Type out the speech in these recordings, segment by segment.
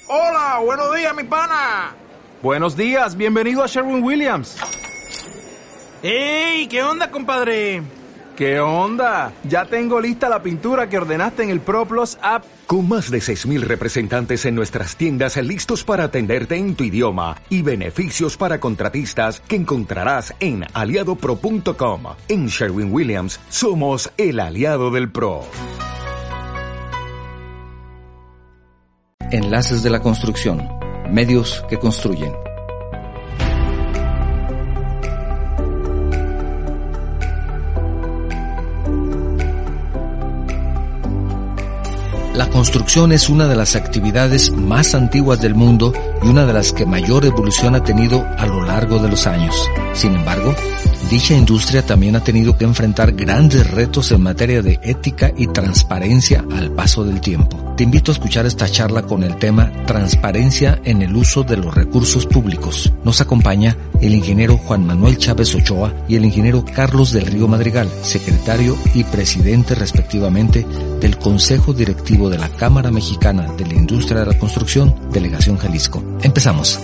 Hola, buenos días, mi pana. Buenos días, bienvenido a Sherwin-Williams. ¡Ey! ¿Qué onda, compadre? ¿Qué onda? Ya tengo lista la pintura que ordenaste en el ProPlus app. Con más de 6,000 representantes en nuestras tiendas listos para atenderte en tu idioma y beneficios para contratistas que encontrarás en aliadopro.com. En Sherwin-Williams somos el aliado del pro. Enlaces de la construcción, medios que construyen. La construcción es una de las actividades más antiguas del mundo y una de las que mayor evolución ha tenido a lo largo de los años. Sin embargo, dicha industria también ha tenido que enfrentar grandes retos en materia de ética y transparencia al paso del tiempo. Te invito a escuchar esta charla con el tema Transparencia en el uso de los recursos públicos. Nos acompaña el ingeniero Juan Manuel Chávez Ochoa y el ingeniero Carlos del Río Madrigal, secretario y presidente respectivamente del Consejo Directivo de la Cámara Mexicana de la Industria de la Construcción, Delegación Jalisco. Empezamos.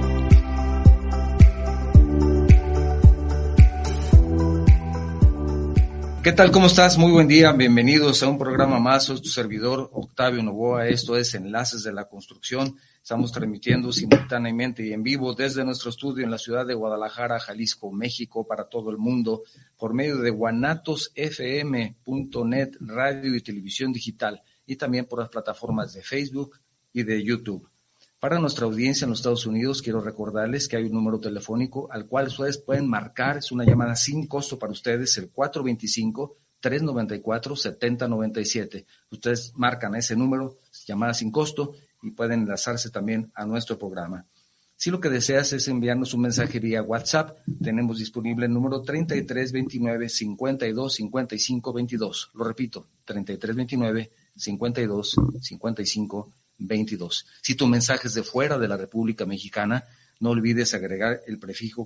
¿Qué tal? ¿Cómo estás? Muy buen día. Bienvenidos a un programa más. Soy tu servidor, Octavio Novoa. Esto es Enlaces de la Construcción. Estamos transmitiendo simultáneamente y en vivo desde nuestro estudio en la ciudad de Guadalajara, Jalisco, México, para todo el mundo, por medio de guanatosfm.net, radio y televisión digital, y también por las plataformas de Facebook y de YouTube. Para nuestra audiencia en los Estados Unidos, quiero recordarles que hay un número telefónico al cual ustedes pueden marcar. Es una llamada sin costo para ustedes, el 425-394-7097. Ustedes marcan ese número, llamada sin costo, y pueden enlazarse también a nuestro programa. Si lo que deseas es enviarnos un mensaje vía WhatsApp, tenemos disponible el número 3329-525522. Lo repito, 3329-525522. Si tu mensaje es de fuera de la República Mexicana, no olvides agregar el prefijo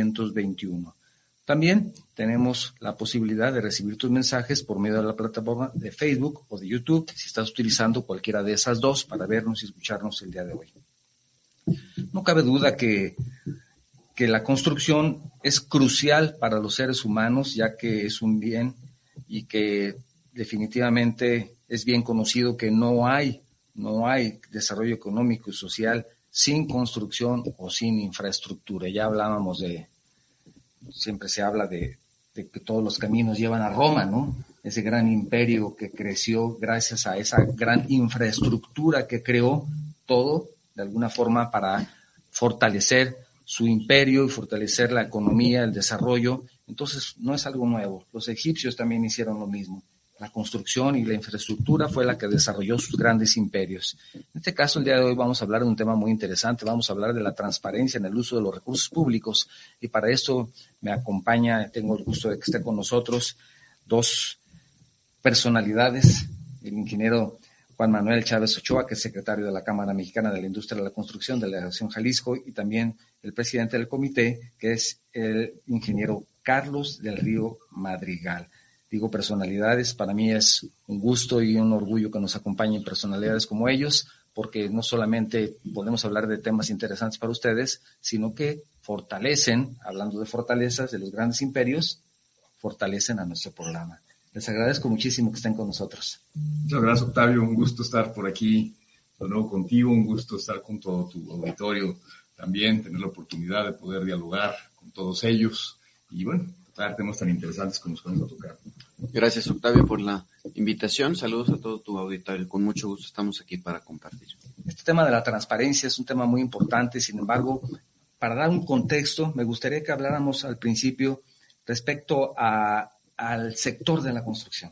521. También tenemos la posibilidad de recibir tus mensajes por medio de la plataforma de Facebook o de YouTube, si estás utilizando cualquiera de esas dos para vernos y escucharnos el día de hoy. No cabe duda que la construcción es crucial para los seres humanos, ya que es un bien y que definitivamente es bien conocido que no hay desarrollo económico y social sin construcción o sin infraestructura. Ya hablábamos siempre se habla de que todos los caminos llevan a Roma, ¿no? Ese gran imperio que creció gracias a esa gran infraestructura que creó todo, de alguna forma, para fortalecer su imperio y fortalecer la economía, el desarrollo. Entonces, no es algo nuevo. Los egipcios también hicieron lo mismo. La construcción y la infraestructura fue la que desarrolló sus grandes imperios. En este caso, el día de hoy vamos a hablar de un tema muy interesante. Vamos a hablar de la transparencia en el uso de los recursos públicos. Y para esto me acompaña, tengo el gusto de que esté con nosotros, dos personalidades. El ingeniero Juan Manuel Chávez Ochoa, que es secretario de la Cámara Mexicana de la Industria de la Construcción, Delegación Jalisco, y también el presidente del comité, que es el ingeniero Carlos del Río Madrigal. Digo personalidades, para mí es un gusto y un orgullo que nos acompañen personalidades como ellos, porque no solamente podemos hablar de temas interesantes para ustedes, sino que fortalecen, hablando de fortalezas de los grandes imperios, fortalecen a nuestro programa. Les agradezco muchísimo que estén con nosotros. Muchas gracias, Octavio. Un gusto estar por aquí de nuevo contigo, un gusto estar con todo tu auditorio también, tener la oportunidad de poder dialogar con todos ellos y bueno, temas tan interesantes que nos vamos a tocar. Gracias, Octavio, por la invitación. Saludos a todo tu auditorio. Con mucho gusto estamos aquí para compartir. Este tema de la transparencia es un tema muy importante. Sin embargo, para dar un contexto, me gustaría que habláramos al principio respecto al sector de la construcción,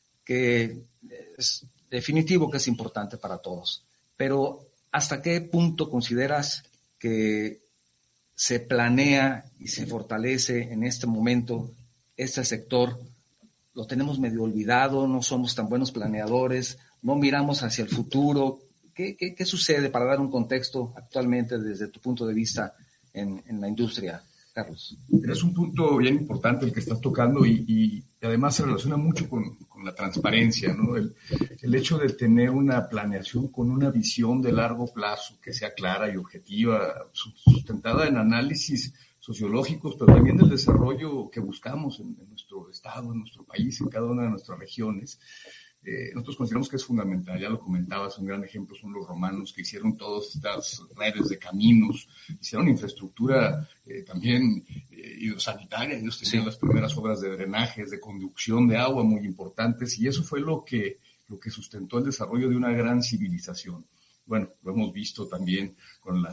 que es definitivo que es importante para todos. Pero, ¿hasta qué punto consideras que se planea y se fortalece en este momento este sector? Lo tenemos medio olvidado, no somos tan buenos planeadores, no miramos hacia el futuro. ¿Qué sucede, para dar un contexto actualmente desde tu punto de vista en la industria, Carlos? Es un punto bien importante el que estás tocando y además se relaciona mucho con la transparencia, ¿no? El hecho de tener una planeación con una visión de largo plazo que sea clara y objetiva, sustentada en análisis sociológicos, pero también del desarrollo que buscamos en nuestro estado, en nuestro país, en cada una de nuestras regiones. Nosotros consideramos que es fundamental, ya lo comentabas, un gran ejemplo son los romanos que hicieron todas estas redes de caminos, hicieron infraestructura también hidrosanitaria, ellos tenían las primeras obras de drenajes, de conducción de agua muy importantes, y eso fue lo que sustentó el desarrollo de una gran civilización. Bueno, lo hemos visto también con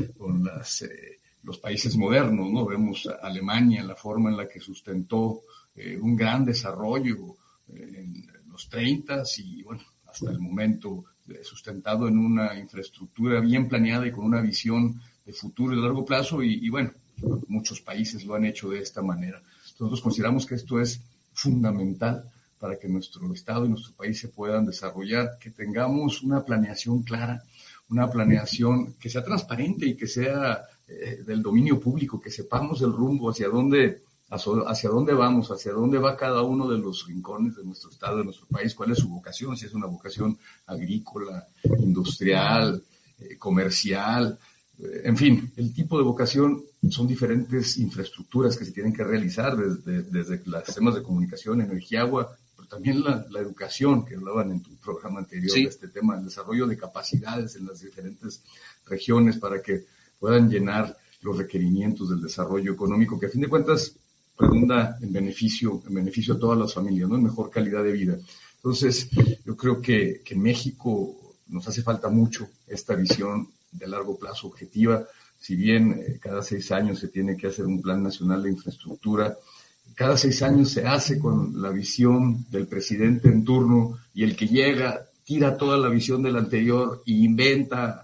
los países modernos, ¿no? Vemos a Alemania, la forma en la que sustentó un gran desarrollo en los 30s y bueno, hasta el momento sustentado en una infraestructura bien planeada y con una visión de futuro y de largo plazo y bueno, muchos países lo han hecho de esta manera. Nosotros consideramos que esto es fundamental para que nuestro estado y nuestro país se puedan desarrollar, que tengamos una planeación clara, una planeación que sea transparente y que sea del dominio público, que sepamos el rumbo hacia dónde vamos, hacia dónde va cada uno de los rincones de nuestro estado, de nuestro país, cuál es su vocación, si es una vocación agrícola, industrial, comercial, en fin, el tipo de vocación son diferentes infraestructuras que se tienen que realizar desde los sistemas de comunicación, energía, agua, pero también la educación, que hablaban en tu programa anterior de este tema, el desarrollo de capacidades en las diferentes regiones para que puedan llenar los requerimientos del desarrollo económico, que a fin de cuentas redunda en beneficio a todas las familias, ¿no? En mejor calidad de vida. Entonces, yo creo que en México nos hace falta mucho esta visión de largo plazo objetiva. Si bien cada 6 años se tiene que hacer un plan nacional de infraestructura, cada 6 años se hace con la visión del presidente en turno y el que llega tira toda la visión del anterior e inventa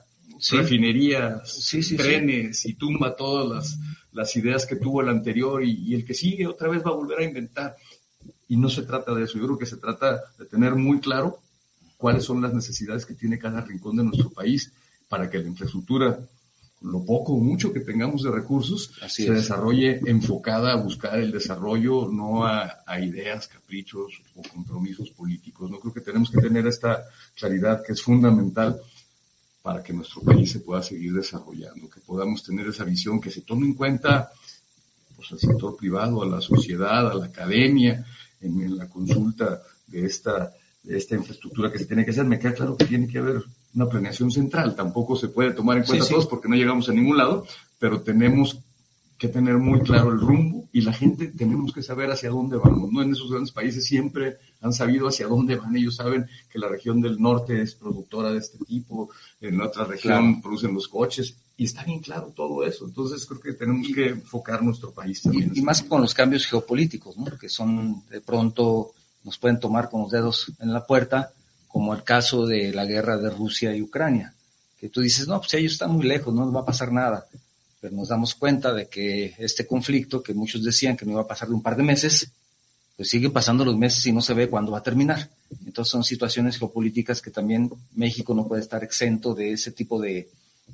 refinerías, trenes y tumba todas las ideas que tuvo el anterior y el que sigue otra vez va a volver a inventar. Y no se trata de eso. Yo creo que se trata de tener muy claro cuáles son las necesidades que tiene cada rincón de nuestro país para que la infraestructura, lo poco o mucho que tengamos de recursos, se desarrolle enfocada a buscar el desarrollo, no a ideas, caprichos o compromisos políticos. No creo que tenemos que tener esta claridad que es fundamental para que nuestro país se pueda seguir desarrollando, que podamos tener esa visión, que se tome en cuenta pues, al sector privado, a la sociedad, a la academia, en la consulta de esta infraestructura que se tiene que hacer. Me queda claro que tiene que haber una planeación central, tampoco se puede tomar en cuenta todos porque no llegamos a ningún lado, pero tenemos que tener muy claro el rumbo y la gente tenemos que saber hacia dónde vamos, ¿no? En esos grandes países siempre han sabido hacia dónde van, ellos saben que la región del norte es productora de este tipo, en la otra región producen los coches, y está bien claro todo eso. Entonces creo que tenemos que enfocar nuestro país también. Y más con los cambios geopolíticos, ¿no? Que son, de pronto, nos pueden tomar con los dedos en la puerta, como el caso de la guerra de Rusia y Ucrania, que tú dices, no, pues ellos están muy lejos, no nos va a pasar nada. Pero nos damos cuenta de que este conflicto, que muchos decían que no iba a pasar de un par de meses, pues siguen pasando los meses y no se ve cuándo va a terminar. Entonces son situaciones geopolíticas que también México no puede estar exento de ese tipo de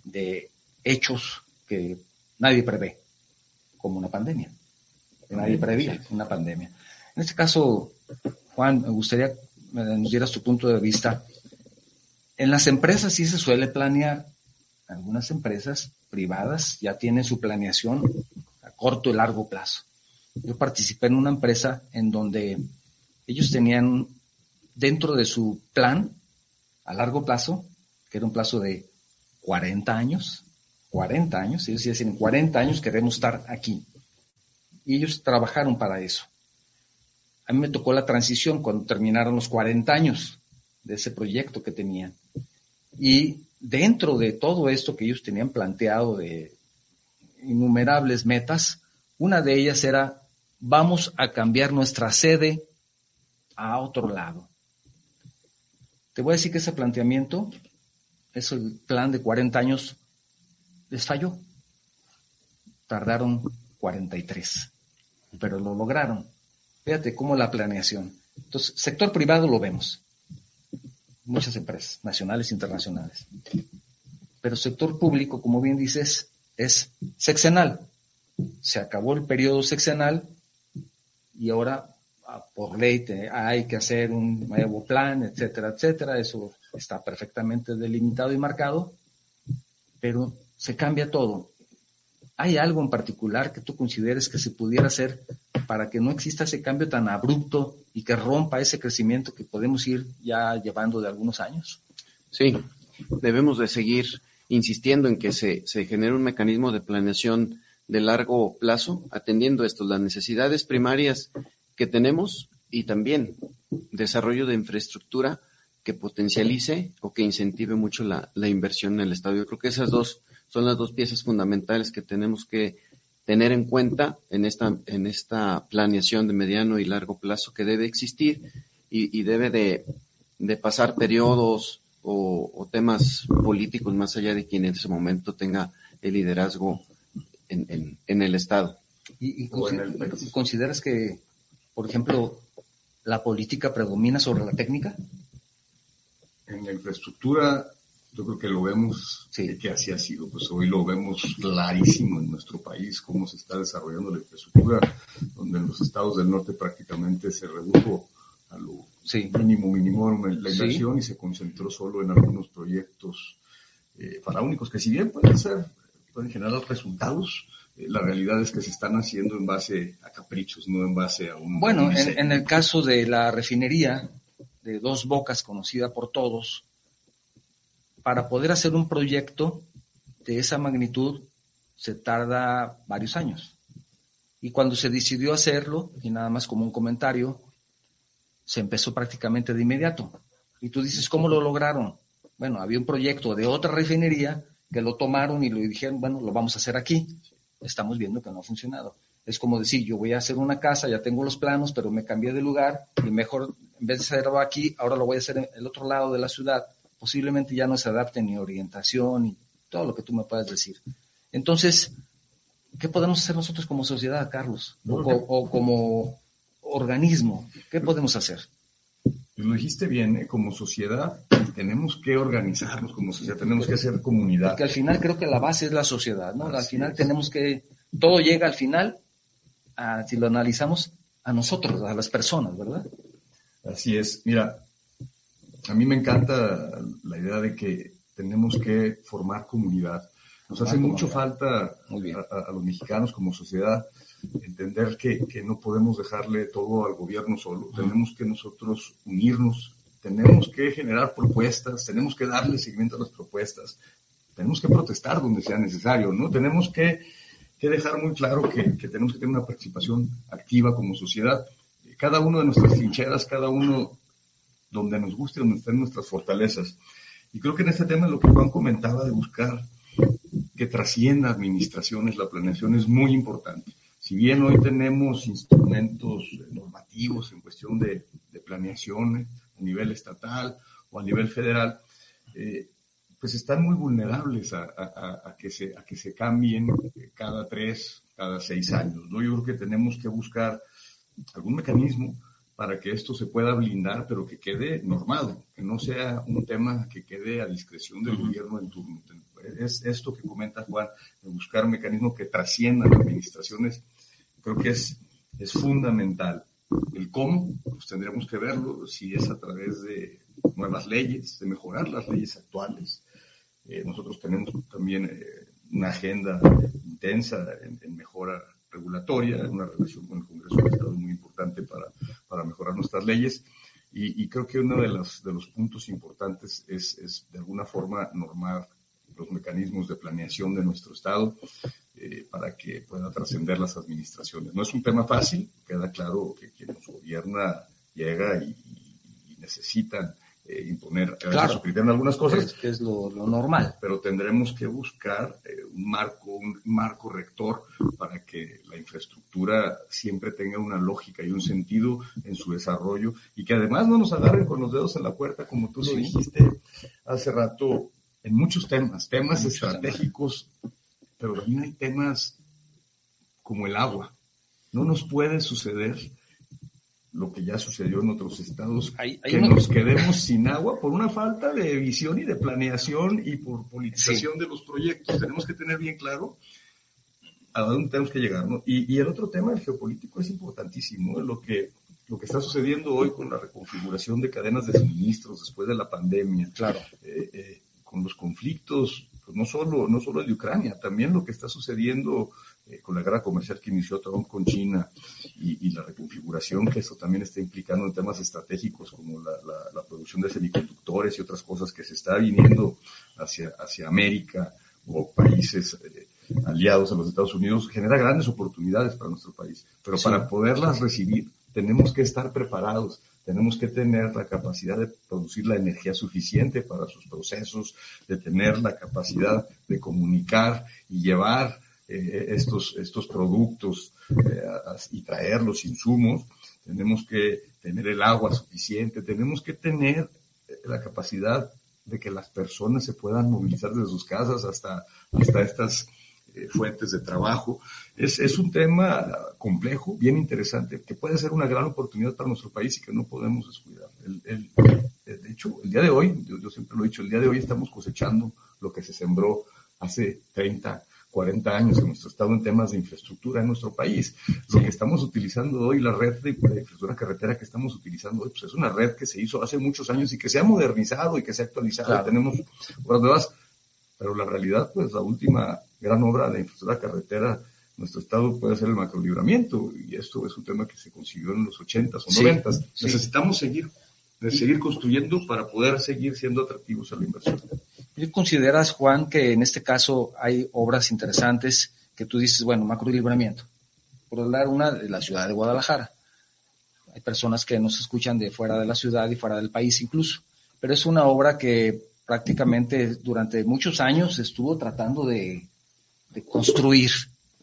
hechos que nadie prevé, como una pandemia. Que nadie prevía una pandemia. En este caso, Juan, me gustaría que nos dieras tu punto de vista. En las empresas sí se suele planear. Algunas empresas privadas ya tienen su planeación a corto y largo plazo. Yo participé en una empresa en donde ellos tenían dentro de su plan a largo plazo, que era un plazo de 40 años, ellos decían, en 40 años queremos estar aquí. Y ellos trabajaron para eso. A mí me tocó la transición cuando terminaron los 40 años de ese proyecto que tenían. Y dentro de todo esto que ellos tenían planteado de innumerables metas, una de ellas era, vamos a cambiar nuestra sede a otro lado. Te voy a decir que ese planteamiento, ese plan de 40 años, les falló. Tardaron 43, pero lo lograron. Fíjate cómo la planeación. Entonces, sector privado lo vemos. Muchas empresas, nacionales e internacionales. Pero sector público, como bien dices, es sexenal. Se acabó el periodo sexenal y ahora por ley hay que hacer un nuevo plan, etcétera, etcétera. Eso está perfectamente delimitado y marcado, pero se cambia todo. ¿Hay algo en particular que tú consideres que se pudiera hacer para que no exista ese cambio tan abrupto y que rompa ese crecimiento que podemos ir ya llevando de algunos años? Sí, debemos de seguir insistiendo en que se genere un mecanismo de planeación de largo plazo, atendiendo esto, las necesidades primarias que tenemos y también desarrollo de infraestructura que potencialice o que incentive mucho la inversión en el Estado. Yo creo que esas dos son las dos piezas fundamentales que tenemos que tener en cuenta en esta planeación de mediano y largo plazo que debe existir y debe de pasar periodos o temas políticos más allá de quien en ese momento tenga el liderazgo en el Estado. ¿Y consideras que, por ejemplo, la política predomina sobre la técnica? En la infraestructura, yo creo que lo vemos, sí, que así ha sido. Pues hoy lo vemos clarísimo en nuestro país, cómo se está desarrollando la infraestructura, donde en los estados del norte prácticamente se redujo a lo mínimo la inversión y se concentró solo en algunos proyectos faraónicos, que si bien pueden generar resultados, la realidad es que se están haciendo en base a caprichos, no en base a un... Bueno, en el caso de la refinería de Dos Bocas, conocida por todos, para poder hacer un proyecto de esa magnitud se tarda varios años. Y cuando se decidió hacerlo, y nada más como un comentario, se empezó prácticamente de inmediato. Y tú dices, ¿cómo lo lograron? Bueno, había un proyecto de otra refinería que lo tomaron y lo dijeron, bueno, lo vamos a hacer aquí. Estamos viendo que no ha funcionado. Es como decir, yo voy a hacer una casa, ya tengo los planos, pero me cambié de lugar y mejor, en vez de hacerlo aquí, ahora lo voy a hacer en el otro lado de la ciudad. Posiblemente ya no se adapte ni orientación y todo lo que tú me puedas decir. Entonces, ¿qué podemos hacer nosotros como sociedad, Carlos? O como organismo, ¿qué podemos hacer? Lo dijiste bien, como sociedad tenemos que organizarnos, como sociedad tenemos que hacer comunidad. Porque al final creo que la base es la sociedad, ¿no? Al final tenemos que, todo llega al final, si lo analizamos, a nosotros, a las personas, ¿verdad? Así es. Mira, a mí me encanta la idea de que tenemos que formar comunidad. Nos hace mucho falta a los mexicanos como sociedad entender que no podemos dejarle todo al gobierno solo. Tenemos que nosotros unirnos, tenemos que generar propuestas, tenemos que darle seguimiento a las propuestas, tenemos que protestar donde sea necesario, ¿no? Tenemos que dejar muy claro que tenemos que tener una participación activa como sociedad. Cada uno de nuestras trincheras, cada uno donde nos guste, donde estén nuestras fortalezas. Y creo que en este tema lo que Juan comentaba de buscar que trascienda administraciones, la planeación es muy importante. Si bien hoy tenemos instrumentos normativos en cuestión de planeación a nivel estatal o a nivel federal, pues están muy vulnerables a que se cambien cada 3, cada 6 años, ¿no? Yo creo que tenemos que buscar algún mecanismo para que esto se pueda blindar, pero que quede normado, que no sea un tema que quede a discreción del gobierno en turno. Es esto que comenta Juan, de buscar un mecanismo que trascienda las administraciones, creo que es fundamental. El cómo, pues tendremos que verlo, si es a través de nuevas leyes, de mejorar las leyes actuales. Nosotros tenemos también una agenda intensa en mejora regulatoria, una relación con el Congreso del Estado muy importante para mejorar nuestras leyes, y creo que uno de los puntos importantes es de alguna forma normar los mecanismos de planeación de nuestro Estado para que pueda trascender las administraciones. No es un tema fácil, queda claro que quien nos gobierna llega y necesitan imponer su criterio en algunas cosas. Que es lo normal. Pero tendremos que buscar un marco rector para que la infraestructura siempre tenga una lógica y un sentido en su desarrollo y que además no nos agarren con los dedos en la puerta, como tú lo dijiste hace rato, en muchos temas estratégicos, pero también hay temas como el agua. No nos puede suceder lo que ya sucedió en otros estados, nos quedemos sin agua por una falta de visión y de planeación y por politización de los proyectos. Tenemos que tener bien claro a dónde tenemos que llegar, ¿no? Y el otro tema, el geopolítico, es importantísimo. Lo que lo que está sucediendo hoy con la reconfiguración de cadenas de suministros después de la pandemia, Claro. Con los conflictos, pues no solo el de Ucrania, también lo que está sucediendo con la guerra comercial que inició Trump con China y la reconfiguración que eso también está implicando en temas estratégicos como la producción de semiconductores y otras cosas que se está viniendo hacia América o países aliados a los Estados Unidos, genera grandes oportunidades para nuestro país. Pero sí, para poderlas recibir tenemos que estar preparados, tenemos que tener la capacidad de producir la energía suficiente para sus procesos, de tener la capacidad de comunicar y llevar estos productos y traer los insumos. Tenemos que tener el agua suficiente, tenemos que tener la capacidad de que las personas se puedan movilizar desde sus casas hasta estas fuentes de trabajo. Es un tema complejo, bien interesante, que puede ser una gran oportunidad para nuestro país y que no podemos descuidar. De hecho, el día de hoy, yo siempre lo he dicho, el día de hoy estamos cosechando lo que se sembró hace 30, 40 años en nuestro estado en temas de infraestructura en nuestro país. Lo que estamos utilizando hoy, la red de infraestructura carretera que estamos utilizando hoy, pues es una red que se hizo hace muchos años y que se ha modernizado y que se ha actualizado. Claro. Tenemos obras nuevas, pero la realidad, pues la última gran obra de infraestructura carretera en nuestro estado puede ser el macrolibramiento, y esto es un tema que se consiguió en los 80s o 90s. Sí. Necesitamos seguir construyendo para poder seguir siendo atractivos a la inversión. ¿Consideras, Juan, que en este caso hay obras interesantes que tú dices, bueno, macrolibramiento? Por hablar una de la ciudad de Guadalajara. Hay personas que nos escuchan de fuera de la ciudad y fuera del país incluso, pero es una obra que prácticamente durante muchos años estuvo tratando de construir.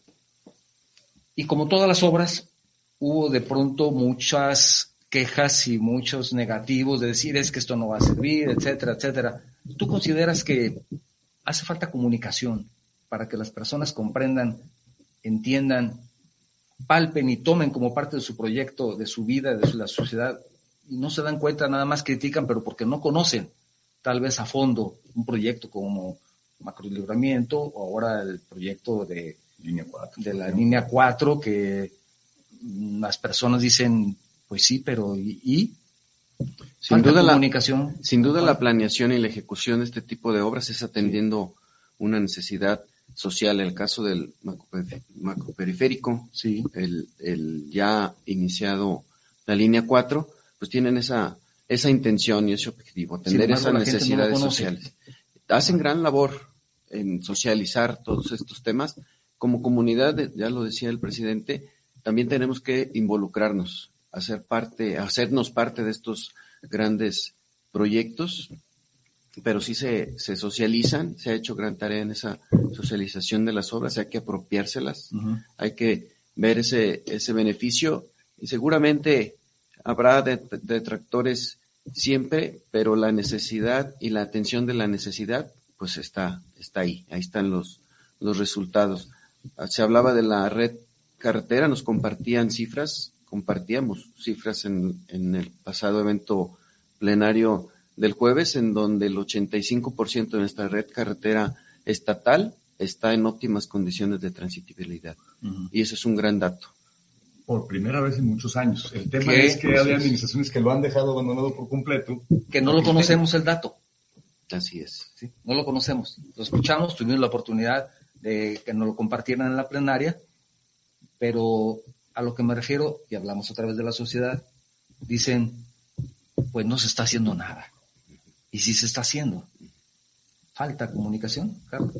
Y como todas las obras, hubo de pronto muchas quejas y muchos negativos de decir es que esto no va a servir, etcétera, etcétera. ¿Tú consideras que hace falta comunicación para que las personas comprendan, entiendan, palpen y tomen como parte de su proyecto, de su vida, de la sociedad, y no se dan cuenta, nada más critican, pero porque no conocen tal vez a fondo un proyecto como macrolibramiento o ahora el proyecto de la línea 4, que las personas dicen, pues sí, pero ¿y? Sin duda la planeación y la ejecución de este tipo de obras es atendiendo una necesidad social. El caso del macroperiférico, sí, el ya iniciado la línea 4, pues tienen esa intención y ese objetivo, atender esas necesidades sociales. Hacen gran labor en socializar todos estos temas. Como comunidad, ya lo decía el presidente, también tenemos que involucrarnos, hacernos parte de estos grandes proyectos, pero sí se socializan, se ha hecho gran tarea en esa socialización de las obras, hay que apropiárselas, hay que ver ese beneficio, y seguramente habrá detractores siempre, pero la necesidad y la atención de la necesidad, pues está ahí están los resultados. Se hablaba de la red carretera, nos compartíamos cifras en el pasado evento plenario del jueves, en donde el 85% de nuestra red carretera estatal está en óptimas condiciones de transitabilidad. Y eso es un gran dato. Por primera vez en muchos años. El tema es que hay administraciones que lo han dejado abandonado por completo. Que no lo conocemos el dato. Así es. Sí, no lo conocemos. Lo escuchamos, tuvimos la oportunidad de que nos lo compartieran en la plenaria, pero a lo que me refiero, y hablamos otra vez de la sociedad, dicen, pues no se está haciendo nada. Y sí se está haciendo. ¿Falta comunicación, Carlos?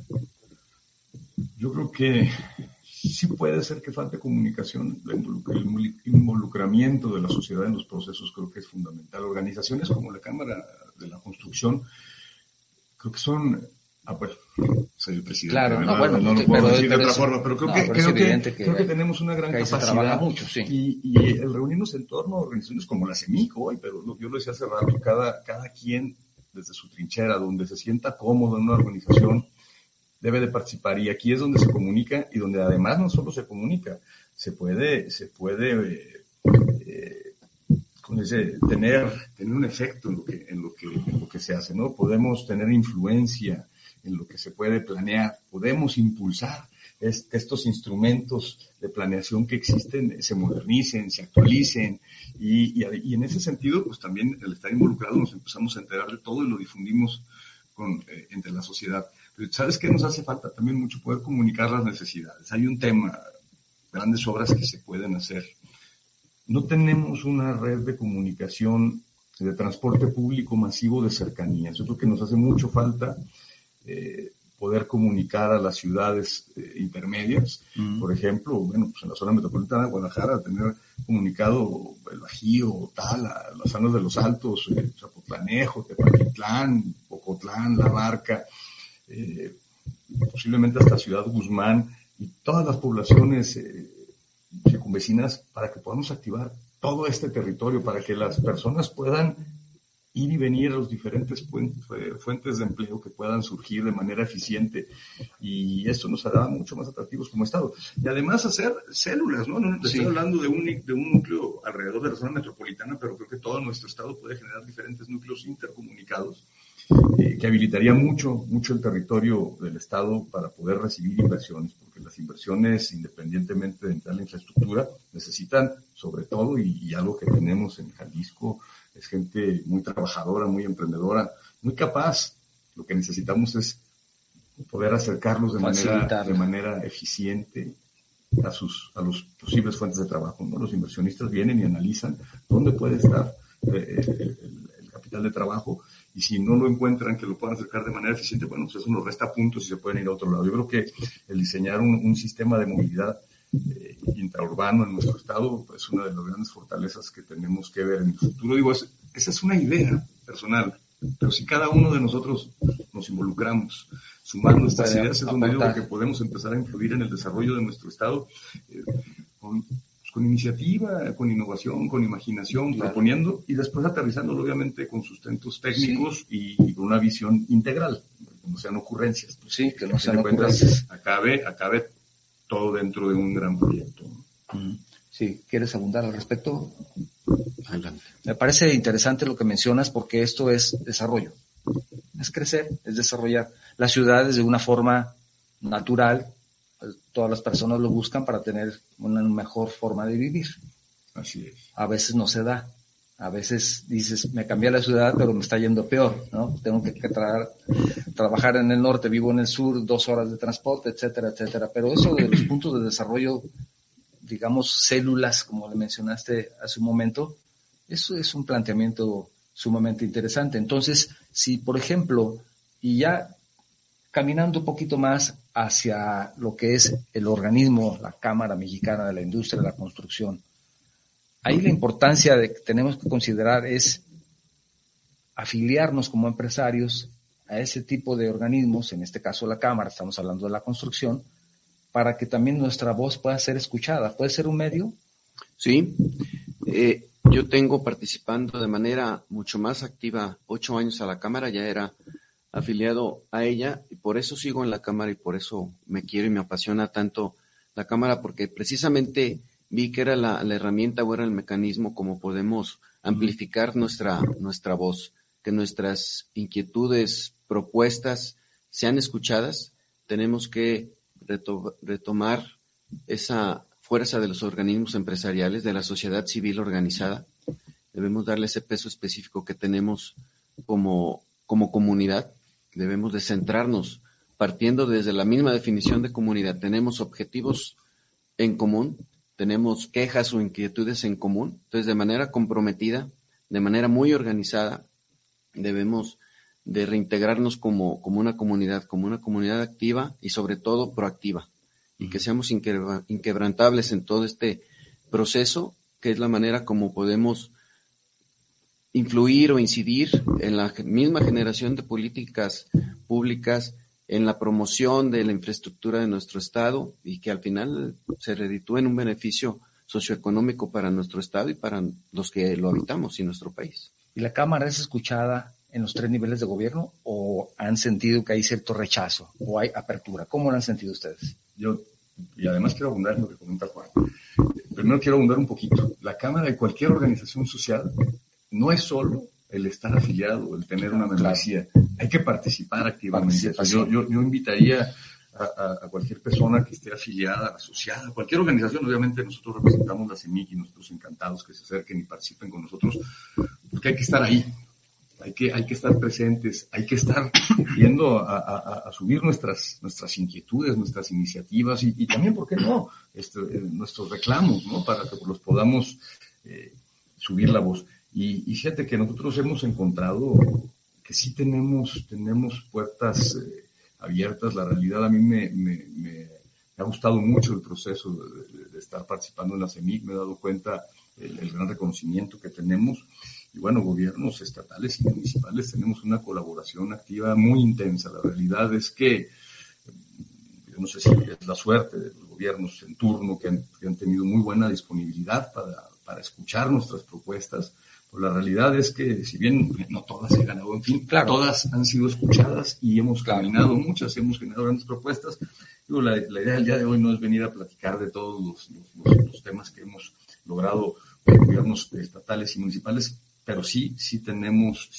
Yo creo que sí puede ser que falte comunicación. El involucramiento de la sociedad en los procesos creo que es fundamental. Organizaciones como la Cámara de la Construcción creo que son... pues, soy el presidente. Claro, no lo puedo decir de otra forma, pero creo que tenemos una gran capacidad. Mucho, sí. Y el reunirnos en torno a organizaciones como la CEMIC hoy, pero yo lo decía hace rato, cada quien desde su trinchera, donde se sienta cómodo en una organización, debe de participar. Y aquí es donde se comunica y donde además no solo se comunica, se puede tener un efecto en lo que se hace, ¿no? Podemos tener influencia en lo que se puede planear. Podemos impulsar que estos instrumentos de planeación que existen se modernicen, se actualicen, y en ese sentido, pues también al estar involucrados nos empezamos a enterar de todo y lo difundimos entre la sociedad. Pero ¿sabes qué nos hace falta? También mucho poder comunicar las necesidades. Hay un tema, grandes obras que se pueden hacer. No tenemos una red de comunicación de transporte público masivo de cercanías. Yo creo que nos hace mucho falta poder comunicar a las ciudades intermedias. Por ejemplo, bueno, pues en la zona metropolitana de Guadalajara, tener comunicado el Bajío, Tala, las zonas de los Altos, Zapotlanejo, Tepatitlán, Ocotlán, La Barca, posiblemente hasta Ciudad Guzmán y todas las poblaciones circunvecinas, para que podamos activar todo este territorio, para que las personas puedan ir y venir a los diferentes fuentes de empleo que puedan surgir de manera eficiente, y esto nos hará mucho más atractivos como Estado. Y además hacer células, ¿no? No estoy hablando de un núcleo alrededor de la zona metropolitana, pero creo que todo nuestro Estado puede generar diferentes núcleos intercomunicados que habilitaría mucho el territorio del Estado para poder recibir inversiones, porque las inversiones, independientemente de entrar en la infraestructura, necesitan, sobre todo, y algo que tenemos en Jalisco, es gente muy trabajadora, muy emprendedora, muy capaz. Lo que necesitamos es poder acercarlos de manera eficiente a los posibles fuentes de trabajo, ¿no? Los inversionistas vienen y analizan dónde puede estar el capital de trabajo, y si no lo encuentran que lo puedan acercar de manera eficiente, bueno, pues eso nos resta puntos y se pueden ir a otro lado. Yo creo que el diseñar un sistema de movilidad intraurbano en nuestro estado es una de las grandes fortalezas que tenemos que ver en el futuro. Digo, esa es una idea personal, pero si cada uno de nosotros nos involucramos sumando estas ideas, es donde digo que podemos empezar a influir en el desarrollo de nuestro estado con iniciativa, con innovación, con imaginación, proponiendo y después aterrizándolo obviamente con sustentos técnicos y con una visión integral, que no sean ocurrencias. Pues, sí, que no sean ocurrencias. Acabe todo dentro de un gran proyecto. Sí, ¿quieres abundar al respecto? Adelante. Me parece interesante lo que mencionas, porque esto es desarrollo, es crecer, es desarrollar las ciudades de una forma natural. Todas las personas lo buscan para tener una mejor forma de vivir. Así es. A veces no se da. A veces dices, me cambié a la ciudad, pero me está yendo peor, ¿no? Tengo que trabajar en el norte, vivo en el sur, 2 horas de transporte, etcétera, etcétera. Pero eso de los puntos de desarrollo, digamos, células, como le mencionaste hace un momento, eso es un planteamiento sumamente interesante. Entonces, si, por ejemplo, y ya caminando un poquito más hacia lo que es el organismo, la Cámara Mexicana de la Industria de la Construcción, ahí la importancia que tenemos que considerar es afiliarnos como empresarios a ese tipo de organismos, en este caso la Cámara, estamos hablando de la construcción, para que también nuestra voz pueda ser escuchada. ¿Puede ser un medio? Sí, yo tengo participando de manera mucho más activa 8 años a la Cámara, ya era afiliado a ella, y por eso sigo en la Cámara y por eso me quiero y me apasiona tanto la Cámara, porque precisamente vi que era la herramienta o era el mecanismo como podemos amplificar nuestra voz, que nuestras inquietudes, propuestas sean escuchadas. Tenemos que retomar esa fuerza de los organismos empresariales, de la sociedad civil organizada. Debemos darle ese peso específico que tenemos como comunidad. Debemos de centrarnos partiendo desde la misma definición de comunidad. Tenemos objetivos en común, tenemos quejas o inquietudes en común. Entonces, de manera comprometida, de manera muy organizada, debemos de reintegrarnos como una comunidad activa y sobre todo proactiva, y que seamos inquebrantables en todo este proceso, que es la manera como podemos influir o incidir en la misma generación de políticas públicas, en la promoción de la infraestructura de nuestro estado, y que al final se reditúe en un beneficio socioeconómico para nuestro estado y para los que lo habitamos y nuestro país. ¿Y la Cámara es escuchada en los 3 niveles de gobierno, o han sentido que hay cierto rechazo o hay apertura? ¿Cómo lo han sentido ustedes? Y además quiero abundar en lo que comenta Juan. Primero quiero abundar un poquito. La Cámara de cualquier organización social no es solo el estar afiliado, el tener una membresía. Hay que participar activamente. Yo invitaría a cualquier persona que esté afiliada, asociada, a cualquier organización. Obviamente nosotros representamos la CEMIC y nosotros encantados que se acerquen y participen con nosotros, porque hay que estar ahí. Hay que estar presentes, hay que estar viendo a subir nuestras inquietudes, nuestras iniciativas y también, ¿por qué no?, nuestros reclamos, ¿no?, para que los podamos subir la voz. Y fíjate que nosotros hemos encontrado que sí tenemos puertas abiertas. La realidad, a mí me ha gustado mucho el proceso de estar participando en la CEMIC. Me he dado cuenta el gran reconocimiento que tenemos. Y bueno, gobiernos estatales y municipales tenemos una colaboración activa muy intensa. La realidad es que, yo no sé si es la suerte de los gobiernos en turno que han tenido muy buena disponibilidad para escuchar nuestras propuestas, pues la realidad es que, si bien no todas se han ganado, en fin, claro, todas han sido escuchadas y hemos caminado muchas, hemos generado grandes propuestas. Digo, la idea del día de hoy no es venir a platicar de todos los temas que hemos logrado con gobiernos estatales y municipales, pero sí tenemos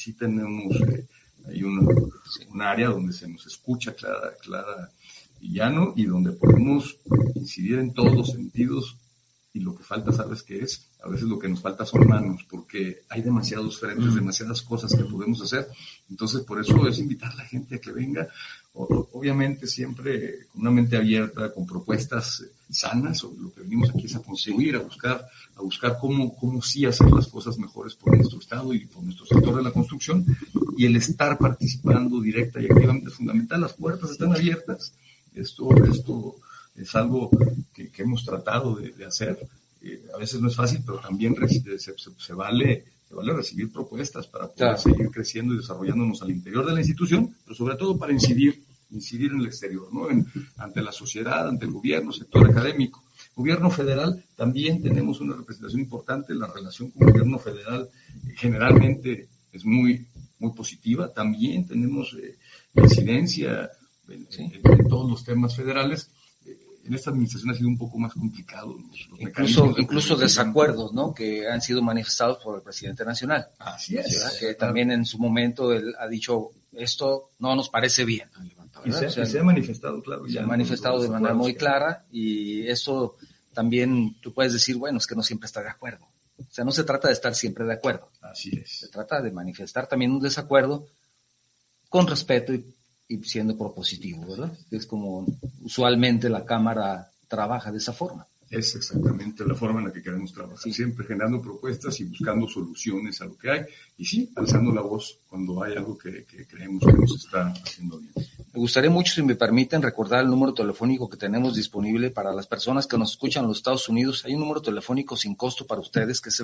hay un área donde se nos escucha clara y llano, y donde podemos incidir en todos los sentidos. Y lo que falta, ¿sabes qué es? A veces lo que nos falta son manos, porque hay demasiados frentes, demasiadas cosas que podemos hacer. Entonces, por eso es invitar a la gente a que venga, obviamente siempre con una mente abierta, con propuestas sanas. Lo que venimos aquí es a construir, a buscar cómo sí hacer las cosas mejores por nuestro estado y por nuestro sector de la construcción. Y el estar participando directa y activamente es fundamental. Las puertas están abiertas. Esto es algo que hemos tratado de hacer. A veces no es fácil, pero también se vale recibir propuestas para poder seguir creciendo y desarrollándonos al interior de la institución, pero sobre todo para incidir en el exterior, ¿no? Ante la sociedad, ante el gobierno, sector académico. Gobierno federal, también tenemos una representación importante. La relación con el gobierno federal generalmente es muy, muy positiva. También tenemos incidencia en todos los temas federales. En esta administración ha sido un poco más complicado. Incluso desacuerdos, ¿no?, que han sido manifestados por el presidente nacional. Así es. ¿Verdad? Que también en su momento él ha dicho, esto no nos parece bien. Y se ha manifestado, claro. Se ha manifestado de manera muy clara, y esto también tú puedes decir, bueno, es que no siempre está de acuerdo. O sea, no se trata de estar siempre de acuerdo. Así es. Se trata de manifestar también un desacuerdo con respeto y siendo propositivo, ¿verdad? Es como usualmente la Cámara trabaja de esa forma. Es exactamente la forma en la que queremos trabajar, siempre generando propuestas y buscando soluciones a lo que hay, y sí, alzando la voz cuando hay algo que creemos que nos está haciendo bien. Me gustaría mucho, si me permiten, recordar el número telefónico que tenemos disponible para las personas que nos escuchan en los Estados Unidos. Hay un número telefónico sin costo para ustedes, que es el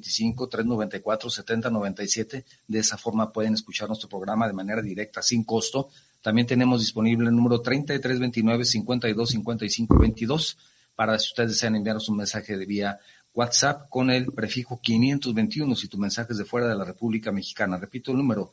425-394-7097. De esa forma pueden escuchar nuestro programa de manera directa, sin costo. También tenemos disponible el número 3329-525522, para si ustedes desean enviarnos un mensaje de vía WhatsApp con el prefijo 521 si tu mensaje es de fuera de la República Mexicana. Repito el número,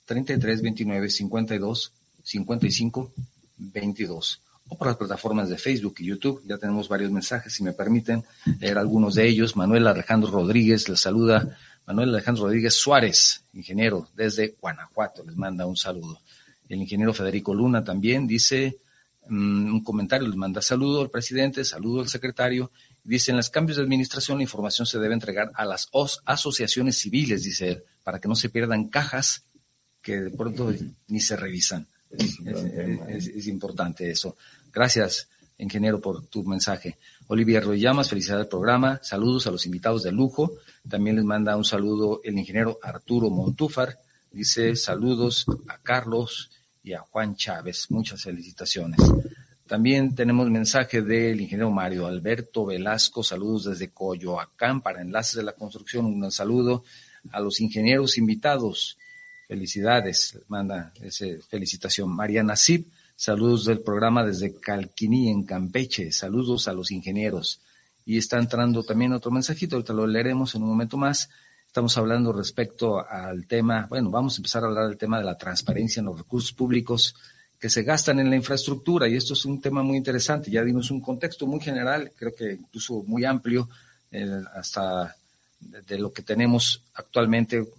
3329-525522. O por las plataformas de Facebook y YouTube. Ya tenemos varios mensajes, si me permiten leer algunos de ellos. Manuel Alejandro Rodríguez les saluda. Manuel Alejandro Rodríguez Suárez, ingeniero desde Guanajuato, les manda un saludo. El ingeniero Federico Luna también dice un comentario, les manda saludo al presidente, saludo al secretario. Dice, en los cambios de administración la información se debe entregar a las asociaciones civiles, dice él, para que no se pierdan cajas que de pronto ni se revisan. Es importante eso. Gracias, ingeniero, por tu mensaje. Olivia Royamas, felicidades al programa. Saludos a los invitados de lujo. También les manda un saludo el ingeniero Arturo Montúfar. Dice, saludos a Carlos y a Juan Chávez. Muchas felicitaciones. También tenemos mensaje del ingeniero Mario Alberto Velasco. Saludos desde Coyoacán para Enlaces de la Construcción. Un saludo a los ingenieros invitados. Felicidades, les manda esa felicitación. Mariana Zip, saludos del programa desde Calquiní, en Campeche. Saludos a los ingenieros. Y está entrando también otro mensajito, ahorita lo leeremos en un momento más. Estamos hablando respecto al tema, vamos a empezar a hablar del tema de la transparencia en los recursos públicos que se gastan en la infraestructura, y esto es un tema muy interesante. Ya dimos un contexto muy general, creo que incluso muy amplio, hasta de lo que tenemos actualmente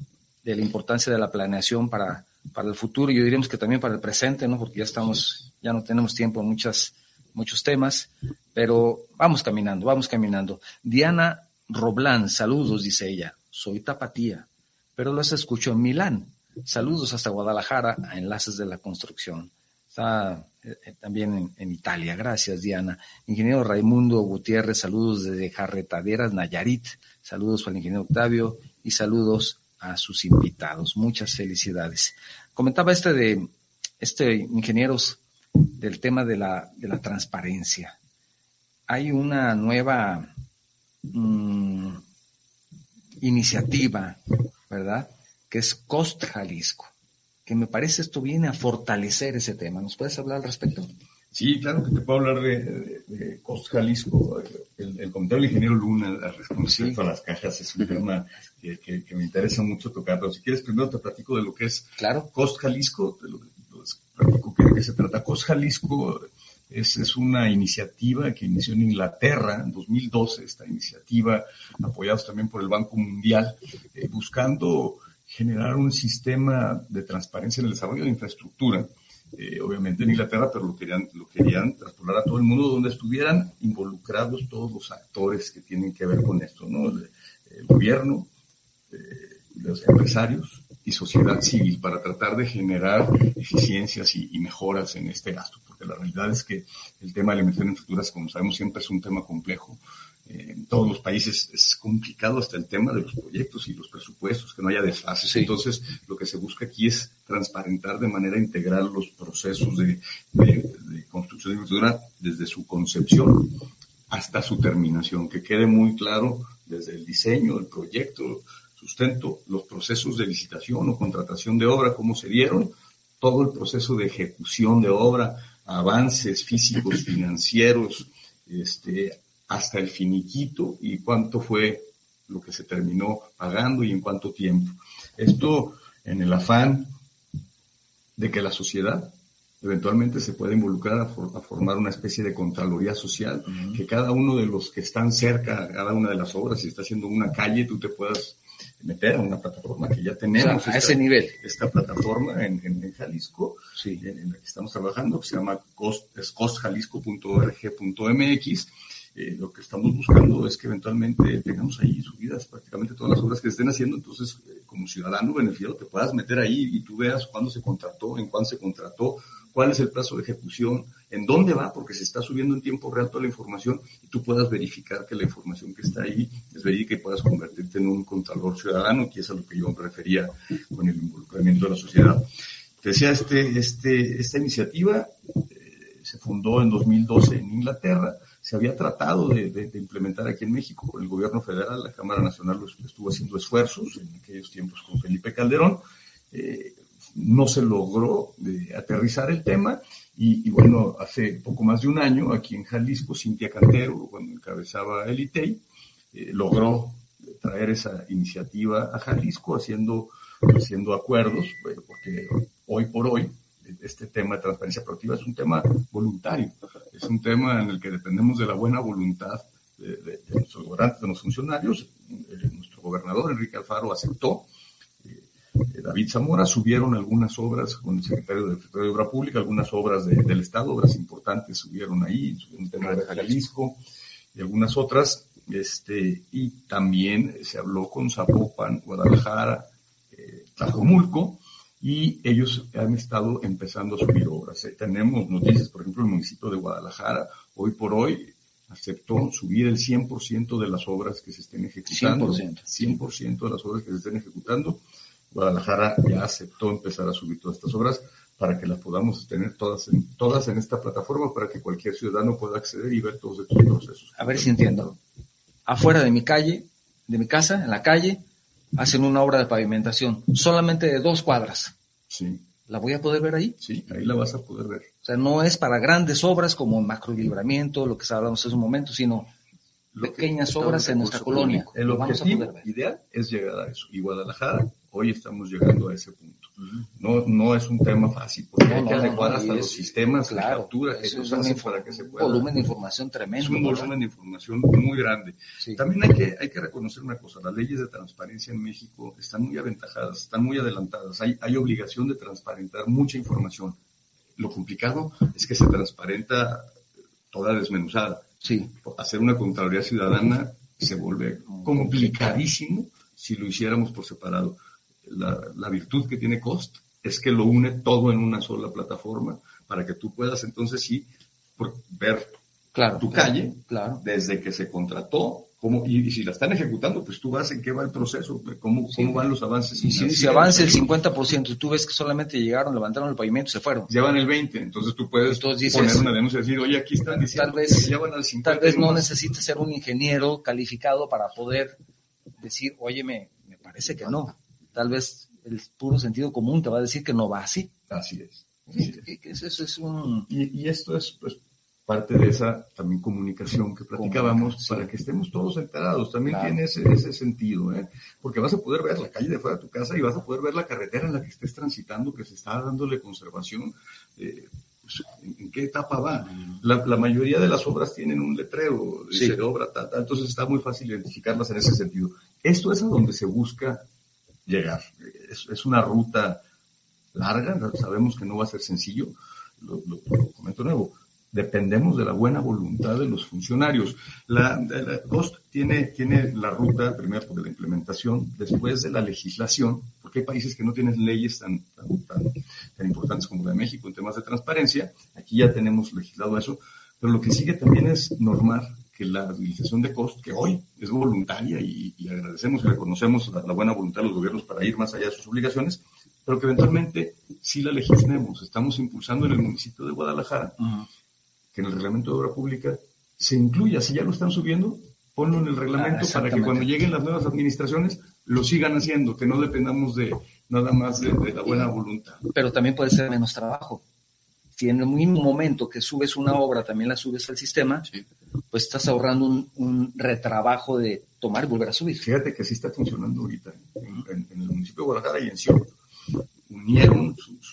de la importancia de la planeación para el futuro, y yo diríamos que también para el presente, ¿no? Porque ya no tenemos tiempo en muchos temas, pero vamos caminando. Diana Roblán, saludos, dice ella. Soy tapatía, pero los escucho en Milán. Saludos hasta Guadalajara, a Enlaces de la Construcción. Está también en Italia. Gracias, Diana. Ingeniero Raimundo Gutiérrez, saludos desde Jarretaderas, Nayarit. Saludos para el ingeniero Octavio y saludos a sus invitados. Muchas felicidades. Comentaba ingenieros, del tema de la transparencia. Hay una nueva iniciativa, ¿verdad?, que es Cost Jalisco, que me parece esto viene a fortalecer ese tema. ¿Nos puedes hablar al respecto? Sí, claro que te puedo hablar de Cost Jalisco. El comentario del ingeniero Luna respecto a las cajas es un tema que me interesa mucho tocar, pero si quieres primero te platico de lo que es Cost Jalisco, de lo que platico de qué se trata. Cost Jalisco es una iniciativa que inició en Inglaterra en 2012, esta iniciativa, apoyados también por el Banco Mundial, buscando generar un sistema de transparencia en el desarrollo de infraestructura, obviamente en Inglaterra, pero lo querían traspolar a todo el mundo, donde estuvieran involucrados todos los actores que tienen que ver con esto, ¿no? El gobierno, los empresarios y sociedad civil, para tratar de generar eficiencias y mejoras en este gasto, porque la realidad es que el tema de la inversión en infraestructuras, como sabemos, siempre es un tema complejo. En todos los países es complicado hasta el tema de los proyectos y los presupuestos, que no haya desfases. Sí. Entonces, lo que se busca aquí es transparentar de manera integral los procesos de construcción de infraestructura desde su concepción hasta su terminación, que quede muy claro desde el diseño, el proyecto, sustento, los procesos de licitación o contratación de obra, cómo se dieron, todo el proceso de ejecución de obra, avances físicos, financieros, hasta el finiquito y cuánto fue lo que se terminó pagando y en cuánto tiempo. Esto en el afán de que la sociedad eventualmente se pueda involucrar a formar una especie de contraloría social, que cada uno de los que están cerca a cada una de las obras, si está haciendo una calle, tú te puedas meter a una plataforma que ya tenemos. O sea, a ese nivel. Esta plataforma en Jalisco, sí, en la que estamos trabajando, que se llama costjalisco.org.mx. Lo que estamos buscando es que eventualmente tengamos ahí subidas prácticamente todas las obras que se estén haciendo. Entonces, como ciudadano beneficiado, te puedas meter ahí y tú veas cuándo se contrató, en cuándo se contrató, cuál es el plazo de ejecución, en dónde va, porque se está subiendo en tiempo real toda la información y tú puedas verificar que la información que está ahí es verídica y puedas convertirte en un contralor ciudadano, que es a lo que yo me refería con el involucramiento de la sociedad. Te decía, esta iniciativa se fundó en 2012 en Inglaterra. Se había tratado de implementar aquí en México por el gobierno federal. La Cámara Nacional estuvo haciendo esfuerzos en aquellos tiempos con Felipe Calderón. No se logró aterrizar el tema y bueno, hace poco más de un año aquí en Jalisco, Cintia Cantero, cuando encabezaba el ITEI, logró traer esa iniciativa a Jalisco haciendo acuerdos, porque hoy por hoy este tema de transparencia proactiva es un tema voluntario, es un tema en el que dependemos de la buena voluntad de nuestros gobernantes, de los funcionarios. Nuestro gobernador Enrique Alfaro aceptó, David Zamora, subieron algunas obras con el secretario de Obra Pública, algunas obras del Estado, obras importantes subieron ahí, subieron el tema de Jalisco y algunas otras, y también se habló con Zapopan, Guadalajara, Tlajomulco, y ellos han estado empezando a subir obras. Tenemos noticias, por ejemplo, el municipio de Guadalajara, hoy por hoy, aceptó subir el 100% de las obras que se estén ejecutando. 100% de las obras que se estén ejecutando. Guadalajara ya aceptó empezar a subir todas estas obras para que las podamos tener todas en esta plataforma, para que cualquier ciudadano pueda acceder y ver todos estos procesos. A ver si entiendo. Afuera de mi calle, de mi casa, en la calle, hacen una obra de pavimentación, solamente de 2 cuadras. Sí. ¿La voy a poder ver ahí? Sí, ahí la vas a poder ver. O sea, no es para grandes obras como Macrolibramiento, lo que hablamos en un momento, sino pequeñas obras en nuestra colonia. El objetivo ideal es llegar a eso. Y Guadalajara, hoy estamos llegando a ese punto. No es un tema fácil, porque hay que adecuar hasta y los sistemas de claro, captura que eso ellos es hacen para que se pueda. volumen de información tremendo. Es un ¿verdad? volumen de información muy grande. Sí. También hay que reconocer una cosa, las leyes de transparencia en México están muy aventajadas, están muy adelantadas, hay obligación de transparentar mucha información. Lo complicado es que se transparenta toda desmenuzada. Sí. Hacer una Contraloría Ciudadana se vuelve complicadísimo si lo hiciéramos por separado. La virtud que tiene Cost es que lo une todo en una sola plataforma para que tú puedas entonces sí ver tu calle desde que se contrató, y si la están ejecutando, pues tú vas en qué va el proceso, cómo van los avances. Y si avanza el 50%, tú ves que solamente llegaron, levantaron el pavimento y se fueron. Llevan el 20%, entonces tú puedes poner una denuncia y decir, oye, aquí están diciendo que llevan al 50%. Tal vez no necesites ser un ingeniero calificado para poder decir, oye, me parece que no. Tal vez el puro sentido común te va a decir que no va así. Así es. Eso es un... Y esto es pues parte de esa también comunicación que platicábamos para que estemos todos enterados. También tiene ese sentido, porque vas a poder ver la calle de fuera de tu casa y vas a poder ver la carretera en la que estés transitando, que se está dándole conservación. Pues, ¿en qué etapa va? La mayoría de las obras tienen un letrero, dice de obra, entonces está muy fácil identificarlas en ese sentido. Esto es a donde se busca llegar. Es una ruta larga, sabemos que no va a ser sencillo, lo comento de nuevo. Dependemos de la buena voluntad de los funcionarios. La Cost tiene la ruta, primero por la implementación, después de la legislación, porque hay países que no tienen leyes tan importantes como la de México en temas de transparencia. Aquí ya tenemos legislado eso, pero lo que sigue también es normar que la utilización de Cost, que hoy es voluntaria y agradecemos y reconocemos la buena voluntad de los gobiernos para ir más allá de sus obligaciones, pero que eventualmente sí la legislemos. Estamos impulsando en el municipio de Guadalajara que en el reglamento de obra pública se incluya, si ya lo están subiendo, ponlo en el reglamento para que cuando lleguen las nuevas administraciones lo sigan haciendo, que no dependamos de nada más de la buena voluntad. Pero también puede ser menos trabajo. Si en el mismo momento que subes una obra también la subes al sistema, pues estás ahorrando un retrabajo de tomar y volver a subir. Fíjate que sí está funcionando ahorita en el municipio de Guadalajara y en Sion. Unieron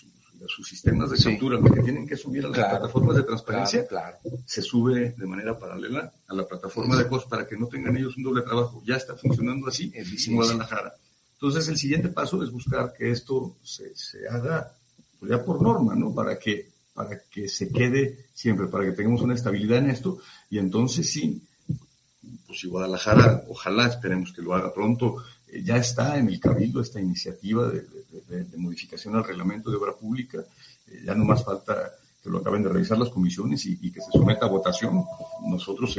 sus sistemas de captura, lo que tienen que subir a las plataformas de transparencia, se sube de manera paralela a la plataforma de Cost para que no tengan ellos un doble trabajo. Ya está funcionando así en Guadalajara. Entonces, el siguiente paso es buscar que esto se haga pues ya por norma, ¿no? Para que se quede siempre, para que tengamos una estabilidad en esto. Y entonces sí, pues si Guadalajara, ojalá esperemos que lo haga pronto, ya está en el Cabildo esta iniciativa de modificación al reglamento de obra pública. Ya no más falta que lo acaben de revisar las comisiones y que se someta a votación. Nosotros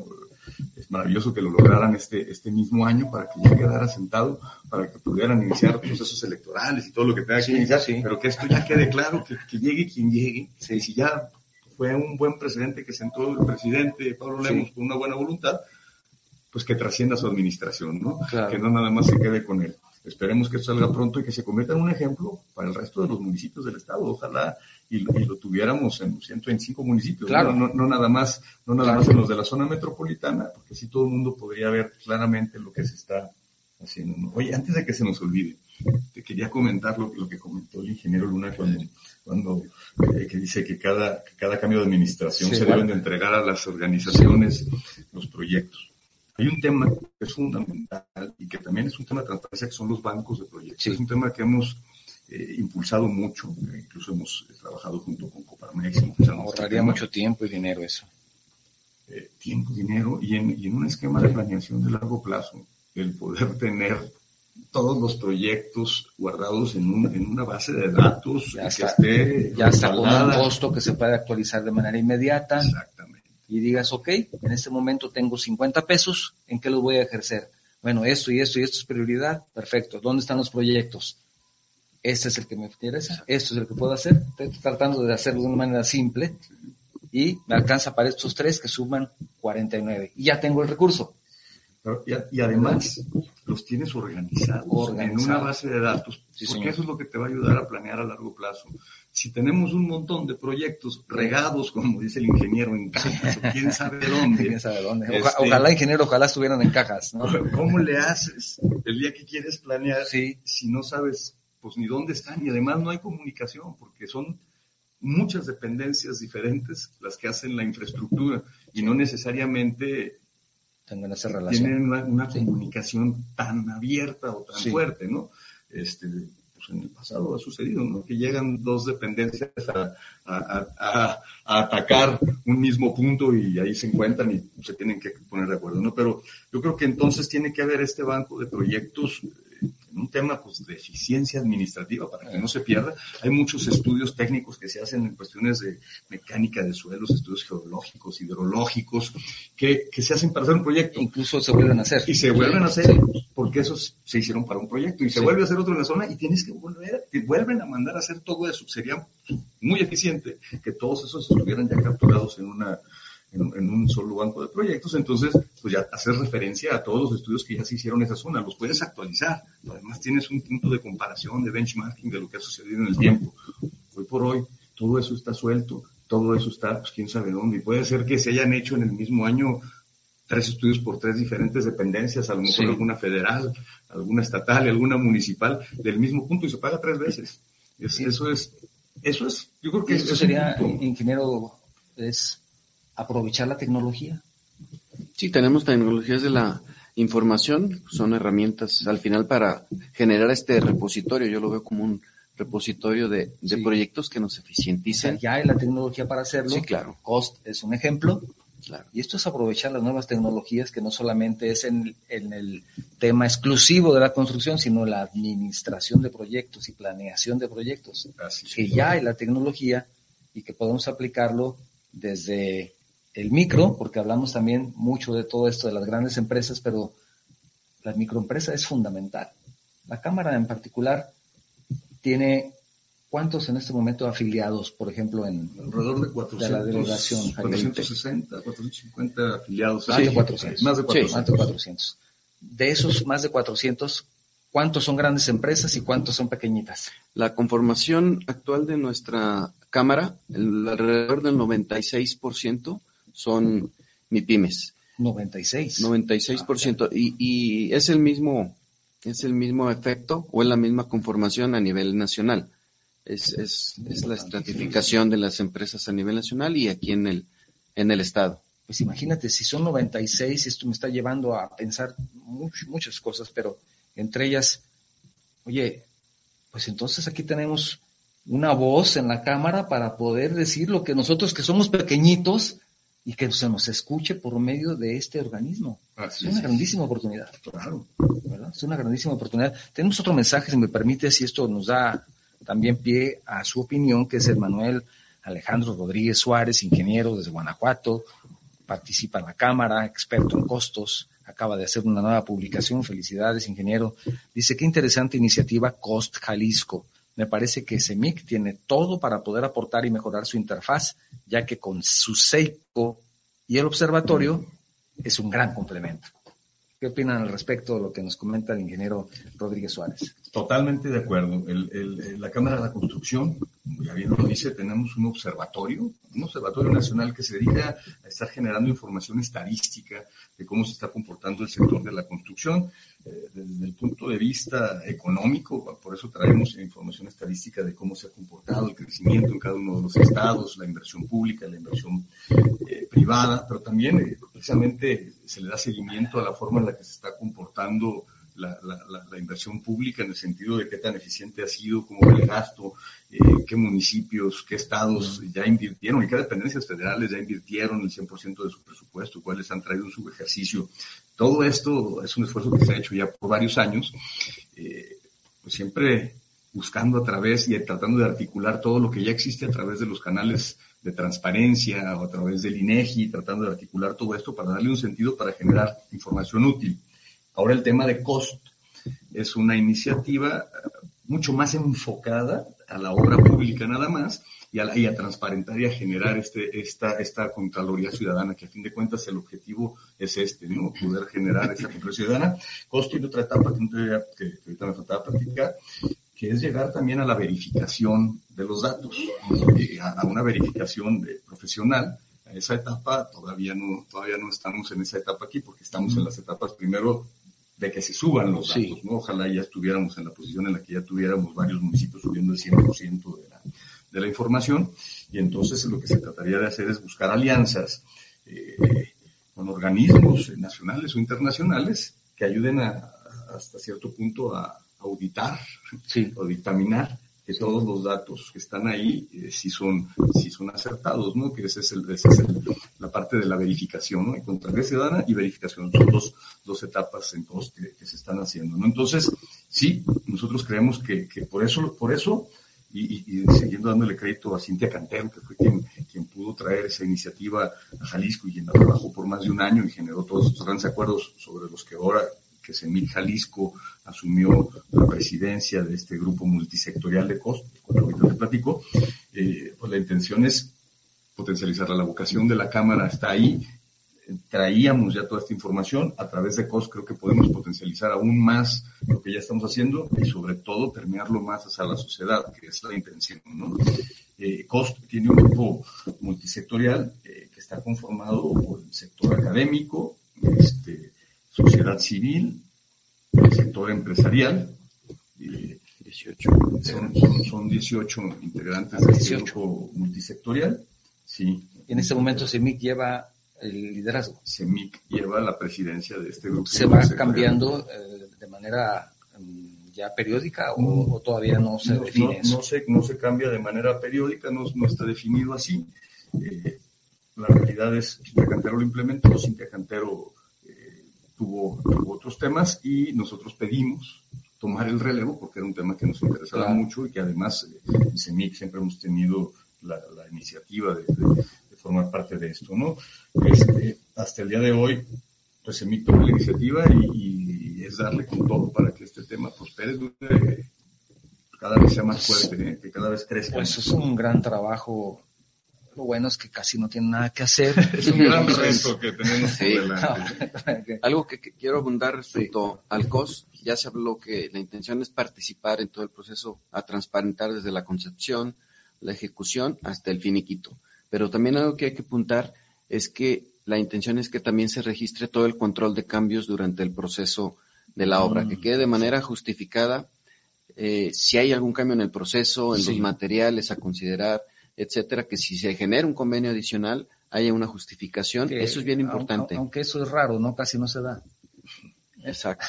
es maravilloso que lo lograran este mismo año para que ya quedara sentado, para que pudieran iniciar procesos electorales y todo lo que tenga que iniciar, pero que esto ya quede claro, que llegue quien llegue. Y si ya fue un buen precedente que sentó el presidente Pablo Lemos con una buena voluntad, pues que trascienda su administración, ¿no? Que no nada más se quede con él. Esperemos que esto salga pronto y que se convierta en un ejemplo para el resto de los municipios del estado. Ojalá y lo tuviéramos en 125 municipios, no nada más en los de la zona metropolitana, porque así todo el mundo podría ver claramente lo que se está haciendo, ¿no? Oye, antes de que se nos olvide, te quería comentar lo que comentó el ingeniero Luna cuando que dice que cada cambio de administración se deben de entregar a las organizaciones los proyectos. Hay un tema que es fundamental y que también es un tema de transparencia, que son los bancos de proyectos. Es un tema que hemos impulsado mucho, incluso hemos trabajado junto con Coparmex. Ahorraría mucho tiempo y dinero eso. Tiempo, dinero y en un esquema de planeación de largo plazo, el poder tener todos los proyectos guardados en una base de datos que esté con un costo que se puede actualizar de manera inmediata. Exactamente. Y digas, ok, en este momento tengo 50 pesos, ¿en qué los voy a ejercer? Bueno, esto y esto es prioridad, perfecto. ¿Dónde están los proyectos? Este es el que me interesa, esto es el que puedo hacer. Estoy tratando de hacerlo de una manera simple y me alcanza para estos 3 que suman 49. Y ya tengo el recurso. Y además los tienes organizados en una base de datos, porque eso es lo que te va a ayudar a planear a largo plazo. Si tenemos un montón de proyectos regados, como dice el ingeniero, en cajas, o quién sabe dónde. Ojalá, ingeniero, estuvieran en cajas, ¿no? ¿Cómo le haces el día que quieres planear si no sabes pues ni dónde están, y además no hay comunicación, porque son muchas dependencias diferentes las que hacen la infraestructura, y no necesariamente tengan esa relación. Tienen una comunicación tan abierta o tan fuerte, ¿no? Pues en el pasado ha sucedido, ¿no? Que llegan dos dependencias a atacar un mismo punto y ahí se encuentran y se tienen que poner de acuerdo, ¿no? Pero yo creo que entonces tiene que haber este banco de proyectos en un tema pues de eficiencia administrativa para que no se pierda. Hay muchos estudios técnicos que se hacen en cuestiones de mecánica de suelos, estudios geológicos, hidrológicos, que se hacen para hacer un proyecto. Incluso se vuelven a hacer. Y se vuelven a hacer porque esos se hicieron para un proyecto y se vuelve a hacer otro en la zona y tienes que vuelven a mandar a hacer todo eso. Sería muy eficiente que todos esos estuvieran ya capturados en un solo banco de proyectos. Entonces, pues ya hacer referencia a todos los estudios que ya se hicieron en esa zona, los puedes actualizar. Además tienes un punto de comparación, de benchmarking de lo que ha sucedido en el tiempo. Hoy por hoy, todo eso está suelto, todo eso está, pues quién sabe dónde, y puede ser que se hayan hecho en el mismo año 3 estudios por 3 diferentes dependencias, a lo mejor alguna federal, alguna estatal y alguna municipal, del mismo punto, y se paga 3 veces. Eso es, yo creo que eso sería, ingeniero, es aprovechar la tecnología. Sí, tenemos tecnologías de la información, son herramientas al final para generar este repositorio. Yo lo veo como un repositorio de proyectos que nos eficienticen. O sea, ya hay la tecnología para hacerlo. Sí, claro. COST es un ejemplo. Claro. Y esto es aprovechar las nuevas tecnologías, que no solamente es en el tema exclusivo de la construcción, sino la administración de proyectos y planeación de proyectos. Que ya hay la tecnología y que podemos aplicarlo desde el micro, porque hablamos también mucho de todo esto de las grandes empresas, pero la microempresa es fundamental. La Cámara en particular tiene ¿cuántos en este momento afiliados, por ejemplo, alrededor de 400, de la delegación? 460, 450 afiliados. Más de 400. Más de 400. Sí, más de 400. De esos más de 400, ¿cuántos son grandes empresas y cuántos son pequeñitas? La conformación actual de nuestra Cámara, alrededor del 96% son MIPYMES. 96%. Y es el mismo efecto o es la misma conformación a nivel nacional. Es la estratificación de las empresas a nivel nacional y aquí en el estado. Pues imagínate, si son 96, esto me está llevando a pensar muchas cosas, pero entre ellas, oye, pues entonces aquí tenemos una voz en la Cámara para poder decir lo que nosotros que somos pequeñitos y que se nos escuche por medio de este organismo. Es una grandísima oportunidad. Claro. ¿Verdad? Es una grandísima oportunidad. Tenemos otro mensaje, si me permite, si esto nos da también pie a su opinión, que es el Manuel Alejandro Rodríguez Suárez, ingeniero desde Guanajuato, participa en la Cámara, experto en costos, acaba de hacer una nueva publicación. Felicidades, ingeniero. Dice, qué interesante iniciativa COST Jalisco. Me parece que CEMIC tiene todo para poder aportar y mejorar su interfaz, ya que con su SEICO y el observatorio es un gran complemento. ¿Qué opinan al respecto de lo que nos comenta el ingeniero Rodríguez Suárez? Totalmente de acuerdo. La Cámara de la Construcción, ya bien lo dice, tenemos un observatorio nacional que se dedica a estar generando información estadística de cómo se está comportando el sector de la construcción. Desde el punto de vista económico, por eso traemos información estadística de cómo se ha comportado el crecimiento en cada uno de los estados, la inversión pública, la inversión privada, pero también precisamente se le da seguimiento a la forma en la que se está comportando la inversión pública, en el sentido de qué tan eficiente ha sido, cómo va el gasto, qué municipios, qué estados ya invirtieron y qué dependencias federales ya invirtieron el 100% de su presupuesto, cuáles han traído en su ejercicio. Todo esto es un esfuerzo que se ha hecho ya por varios años, pues siempre buscando a través y tratando de articular todo lo que ya existe a través de los canales de transparencia o a través del INEGI, tratando de articular todo esto para darle un sentido, para generar información útil. Ahora el tema de COST es una iniciativa mucho más enfocada a la obra pública nada más y a transparentar y a generar esta Contraloría Ciudadana, que a fin de cuentas el objetivo es ¿no? Poder generar esa Contraloría Ciudadana. COST tiene otra etapa que ahorita me faltaba platicar, que es llegar también a la verificación de los datos, a una verificación profesional. A esa etapa todavía no estamos en esa etapa aquí, porque estamos en las etapas primero de que se suban los datos, Sí. ¿no? Ojalá ya estuviéramos en la posición en la que ya tuviéramos varios municipios subiendo el 100% de la información, y entonces lo que se trataría de hacer es buscar alianzas con organismos nacionales o internacionales que ayuden hasta cierto punto a auditar o dictaminar que todos los datos que están ahí sí son acertados, ¿no? Que esa es la parte de la verificación, ¿no? Y Contraloría Ciudadana y verificación son dos etapas en todos que se están haciendo, ¿no? Entonces, sí, nosotros creemos que por eso y siguiendo dándole crédito a Cintia Cantero, que fue quien pudo traer esa iniciativa a Jalisco y quien la trabajó por más de un año y generó todos estos grandes acuerdos sobre los que ahora que CEMIC Jalisco asumió la presidencia de este grupo multisectorial de COST, que ahorita te platico, pues la intención es potencializarla. La vocación de la Cámara está ahí. Traíamos ya toda esta información. A través de COST creo que podemos potencializar aún más lo que ya estamos haciendo y sobre todo permearlo más hacia la sociedad, que es la intención, ¿no? COST tiene un grupo multisectorial que está conformado por el sector académico, sociedad civil, el sector empresarial. 18. Son 18 integrantes de este grupo multisectorial. Sí. En este momento CEMIC lleva el liderazgo. CEMIC lleva la presidencia de este grupo. ¿Se va cambiando de manera ya periódica o todavía no se define eso? No se cambia de manera periódica, no está definido así. La realidad es que Cintia Cantero lo implementó, Cintia Cantero tuvo otros temas y nosotros pedimos tomar el relevo porque era un tema que nos interesaba mucho y que además en CEMIC siempre hemos tenido la iniciativa de formar parte de esto, ¿no? Hasta el día de hoy, pues CEMIC tomó la iniciativa y es darle con todo para que este tema prospere, cada vez sea más fuerte, que cada vez crezca. Pues es un gran trabajo. Lo bueno es que casi no tiene nada que hacer. Es un gran reto que tenemos por delante. Algo que quiero abundar respecto al COS, ya se habló que la intención es participar en todo el proceso, a transparentar desde la concepción, la ejecución, hasta el finiquito. Pero también algo que hay que apuntar es que la intención es que también se registre todo el control de cambios durante el proceso de la obra, que quede de manera justificada si hay algún cambio en el proceso, en los materiales a considerar, etcétera, que si se genera un convenio adicional haya una justificación. Eso es bien importante. Aunque eso es raro, ¿no? Casi no se da. Exacto.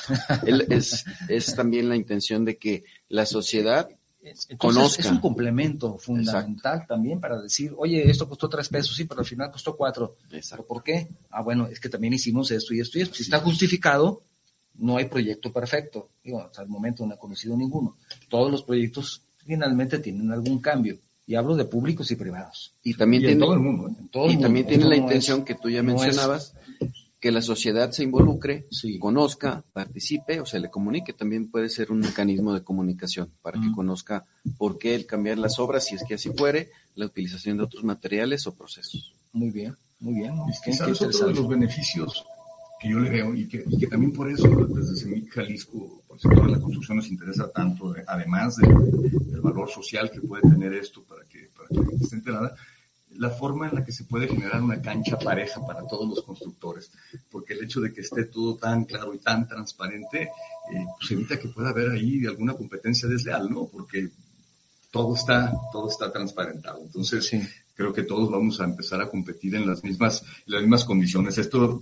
Es también la intención de que la sociedad conozca. Es un complemento fundamental también para decir, oye, esto costó $3, sí, pero al final costó 4. ¿Pero por qué? Bueno, es que también hicimos esto y esto y esto. Si está justificado, no hay proyecto perfecto. Digo, hasta el momento no he conocido ninguno. Todos los proyectos finalmente tienen algún cambio. Y hablo de públicos y privados. Y también tiene, en todo el mundo. También tiene la intención que tú ya mencionabas, que la sociedad se involucre, conozca, participe o se le comunique. También puede ser un mecanismo de comunicación para que conozca por qué el cambiar las obras, si es que así fuere, la utilización de otros materiales o procesos. Muy bien, muy bien. Es que ¿sabes otro de los beneficios que yo le veo y que también por eso desde CEMIC Jalisco, por el sector de la construcción nos interesa tanto, además del valor social que puede tener esto para que la gente esté enterada, la forma en la que se puede generar una cancha pareja para todos los constructores, porque el hecho de que esté todo tan claro y tan transparente, pues evita que pueda haber ahí alguna competencia desleal, ¿no? Porque todo está transparentado. Entonces, creo que todos vamos a empezar a competir en las mismas condiciones.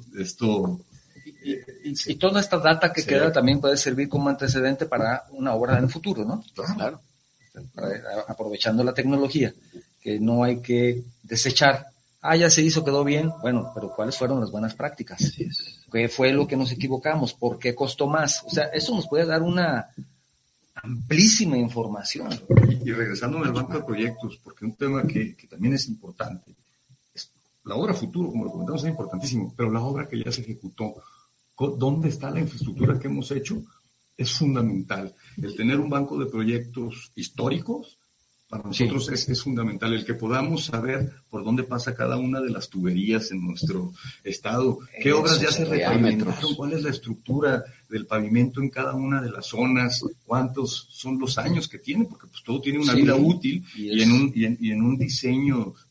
Y toda esta data que queda también puede servir como antecedente para una obra en el futuro, ¿no? Claro. Aprovechando la tecnología, que no hay que desechar. Ya se hizo, quedó bien. Bueno, pero ¿cuáles fueron las buenas prácticas? ¿Qué fue lo que nos equivocamos? ¿Por qué costó más? O sea, eso nos puede dar una amplísima información. Y regresando al banco de proyectos, porque un tema que también es importante, es la obra futuro, como lo comentamos, es importantísimo, pero la obra que ya se ejecutó, ¿dónde está la infraestructura que hemos hecho? Es fundamental. El tener un banco de proyectos históricos, para nosotros es fundamental. El que podamos saber por dónde pasa cada una de las tuberías en nuestro estado, qué obras ya se repavimentaron, cuál es la estructura del pavimento en cada una de las zonas, cuántos son los años que tiene, porque pues todo tiene una vida útil y en un diseño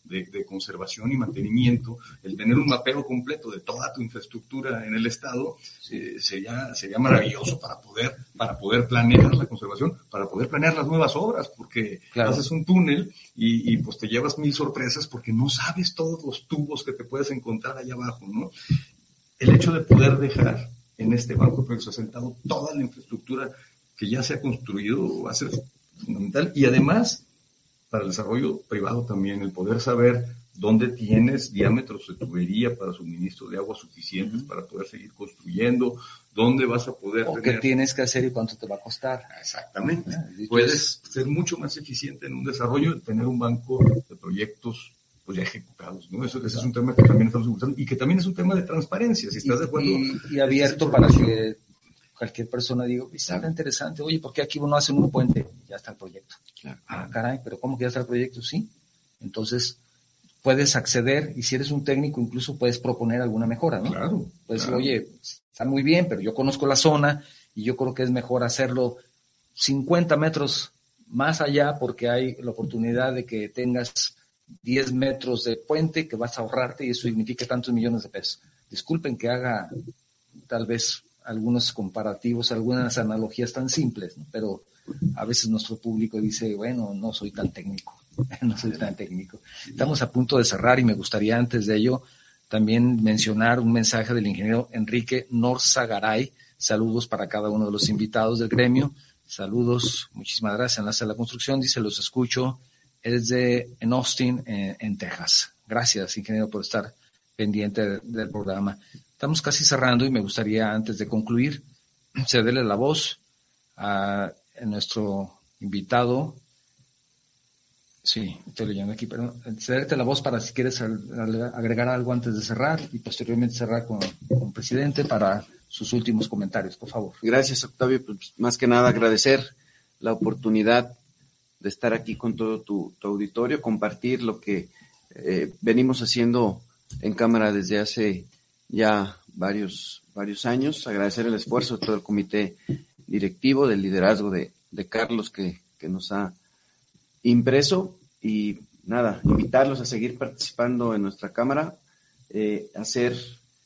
de conservación y mantenimiento, el tener un mapeo completo de toda tu infraestructura en el estado, sería maravilloso para poder planear la conservación, para poder planear las nuevas obras, porque haces un túnel y pues te llevas 1000 sorpresas porque no sabes todos los tubos que te puedes encontrar allá abajo, ¿no? El hecho de poder dejar en este banco de proyectos asentado toda la infraestructura que ya se ha construido va a ser fundamental, y además para el desarrollo privado también, el poder saber dónde tienes diámetros de tubería para suministro de agua suficientes para poder seguir construyendo, dónde vas a poder qué tienes que hacer y cuánto te va a costar. Exactamente. Puedes ser mucho más eficiente en un desarrollo, tener un banco de proyectos pues ya ejecutados, ¿no? Ese es un tema que también estamos usando y que también es un tema de transparencia, si estás de acuerdo. Y abierto para que cualquier persona diga, está interesante, oye, ¿por qué aquí no hacen un puente? Ya está el proyecto. Claro. Ah, caray, pero ¿cómo que ya está el proyecto? Sí. Entonces, puedes acceder y si eres un técnico incluso puedes proponer alguna mejora, ¿no? Claro. Puedes decir, oye, está muy bien, pero yo conozco la zona y yo creo que es mejor hacerlo 50 metros más allá porque hay la oportunidad de que tengas 10 metros de puente que vas a ahorrarte y eso significa tantos millones de pesos. Disculpen que haga tal vez algunos comparativos, algunas analogías tan simples, ¿no? Pero a veces nuestro público dice, bueno, no soy tan técnico. Estamos a punto de cerrar y me gustaría antes de ello también mencionar un mensaje del ingeniero Enrique Norzagaray. Saludos para cada uno de los invitados del gremio. Saludos, muchísimas gracias. Enlace a la construcción, dice, los escucho en Austin, en Texas. Gracias, ingeniero, por estar pendiente del programa. Estamos casi cerrando y me gustaría, antes de concluir, cederle la voz a nuestro invitado. Sí, estoy leyendo aquí, perdón. Cederte la voz para si quieres agregar algo antes de cerrar y posteriormente cerrar con el presidente para sus últimos comentarios, por favor. Gracias, Octavio. Pues, más que nada agradecer la oportunidad de estar aquí con todo tu auditorio, compartir lo que venimos haciendo en Cámara desde hace ya varios años. Agradecer el esfuerzo de todo el comité directivo, del liderazgo de Carlos que nos ha impreso y nada, invitarlos a seguir participando en nuestra Cámara, hacer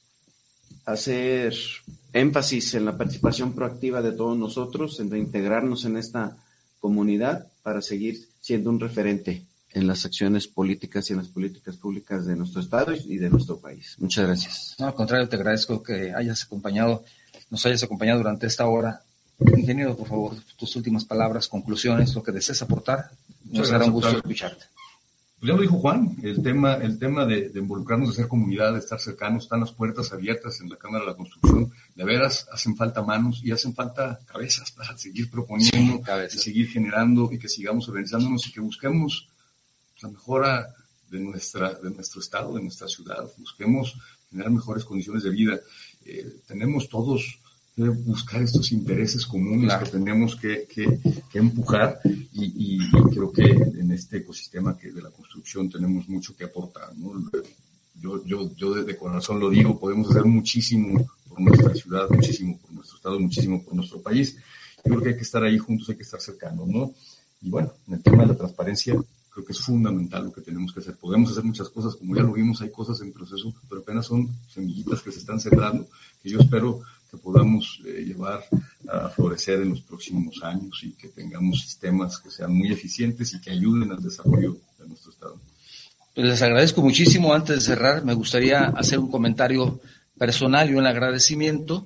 énfasis en la participación proactiva de todos nosotros, en reintegrarnos en esta comunidad para seguir siendo un referente en las acciones políticas y en las políticas públicas de nuestro estado y de nuestro país. Muchas gracias. No, al contrario, te agradezco que nos hayas acompañado durante esta hora. Ingeniero, por favor, tus últimas palabras, conclusiones, lo que desees aportar. Nos hará un gusto escucharte. Pues ya lo dijo Juan, el tema de involucrarnos, de ser comunidad, de estar cercanos, están las puertas abiertas en la Cámara de la Construcción. De veras, hacen falta manos y hacen falta cabezas para seguir proponiendo, y seguir generando y que sigamos organizándonos y que busquemos la mejora de nuestro estado, de nuestra ciudad. Busquemos generar mejores condiciones de vida. Tenemos todos que buscar estos intereses comunes que tenemos que empujar y creo que en este ecosistema de la construcción tenemos mucho que aportar, ¿no? Yo de corazón lo digo, podemos hacer muchísimo por nuestra ciudad, muchísimo por nuestro estado, muchísimo por nuestro país. Yo creo que hay que estar ahí juntos, hay que estar cercanos, ¿no? Y bueno, en el tema de la transparencia, creo que es fundamental lo que tenemos que hacer. Podemos hacer muchas cosas, como ya lo vimos, hay cosas en proceso, pero apenas son semillitas que se están sembrando, que yo espero que podamos llevar a florecer en los próximos años y que tengamos sistemas que sean muy eficientes y que ayuden al desarrollo de nuestro estado. Pues les agradezco muchísimo. Antes de cerrar, me gustaría hacer un comentario personal y un agradecimiento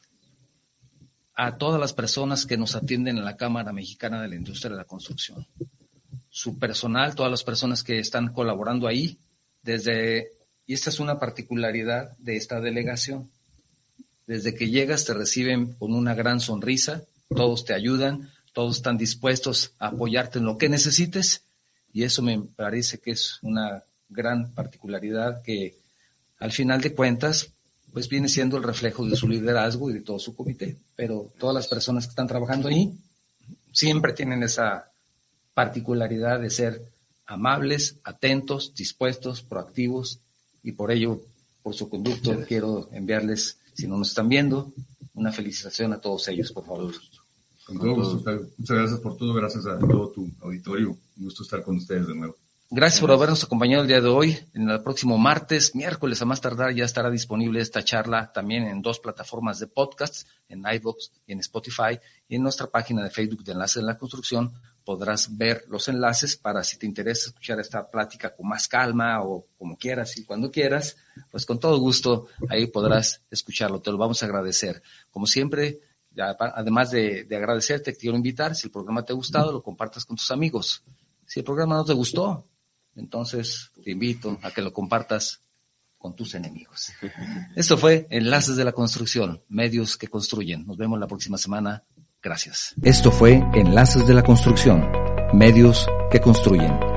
a todas las personas que nos atienden en la Cámara Mexicana de la Industria de la Construcción. Su personal, todas las personas que están colaborando ahí, y esta es una particularidad de esta delegación. Desde que llegas te reciben con una gran sonrisa, todos te ayudan, todos están dispuestos a apoyarte en lo que necesites y eso me parece que es una gran particularidad que al final de cuentas pues viene siendo el reflejo de su liderazgo y de todo su comité. Pero todas las personas que están trabajando ahí siempre tienen esa particularidad de ser amables, atentos, dispuestos, proactivos y por ello, por su conducto, quiero enviarles, si no nos están viendo, una felicitación a todos ellos, por favor. Con todo gusto. Muchas gracias por todo, gracias a todo tu auditorio. Un gusto estar con ustedes de nuevo. Gracias por habernos acompañado el día de hoy. En el próximo martes, miércoles a más tardar, ya estará disponible esta charla también en 2 plataformas de podcast, en iVoox y en Spotify, y en nuestra página de Facebook de Enlaces de la Construcción podrás ver los enlaces para si te interesa escuchar esta plática con más calma o como quieras y cuando quieras, pues con todo gusto ahí podrás escucharlo. Te lo vamos a agradecer. Como siempre, además de agradecerte, te quiero invitar, si el programa te ha gustado, lo compartas con tus amigos. Si el programa no te gustó, entonces te invito a que lo compartas con tus enemigos. Esto fue Enlaces de la Construcción, medios que construyen. Nos vemos la próxima semana. Gracias. Esto fue Enlaces de la Construcción, medios que construyen.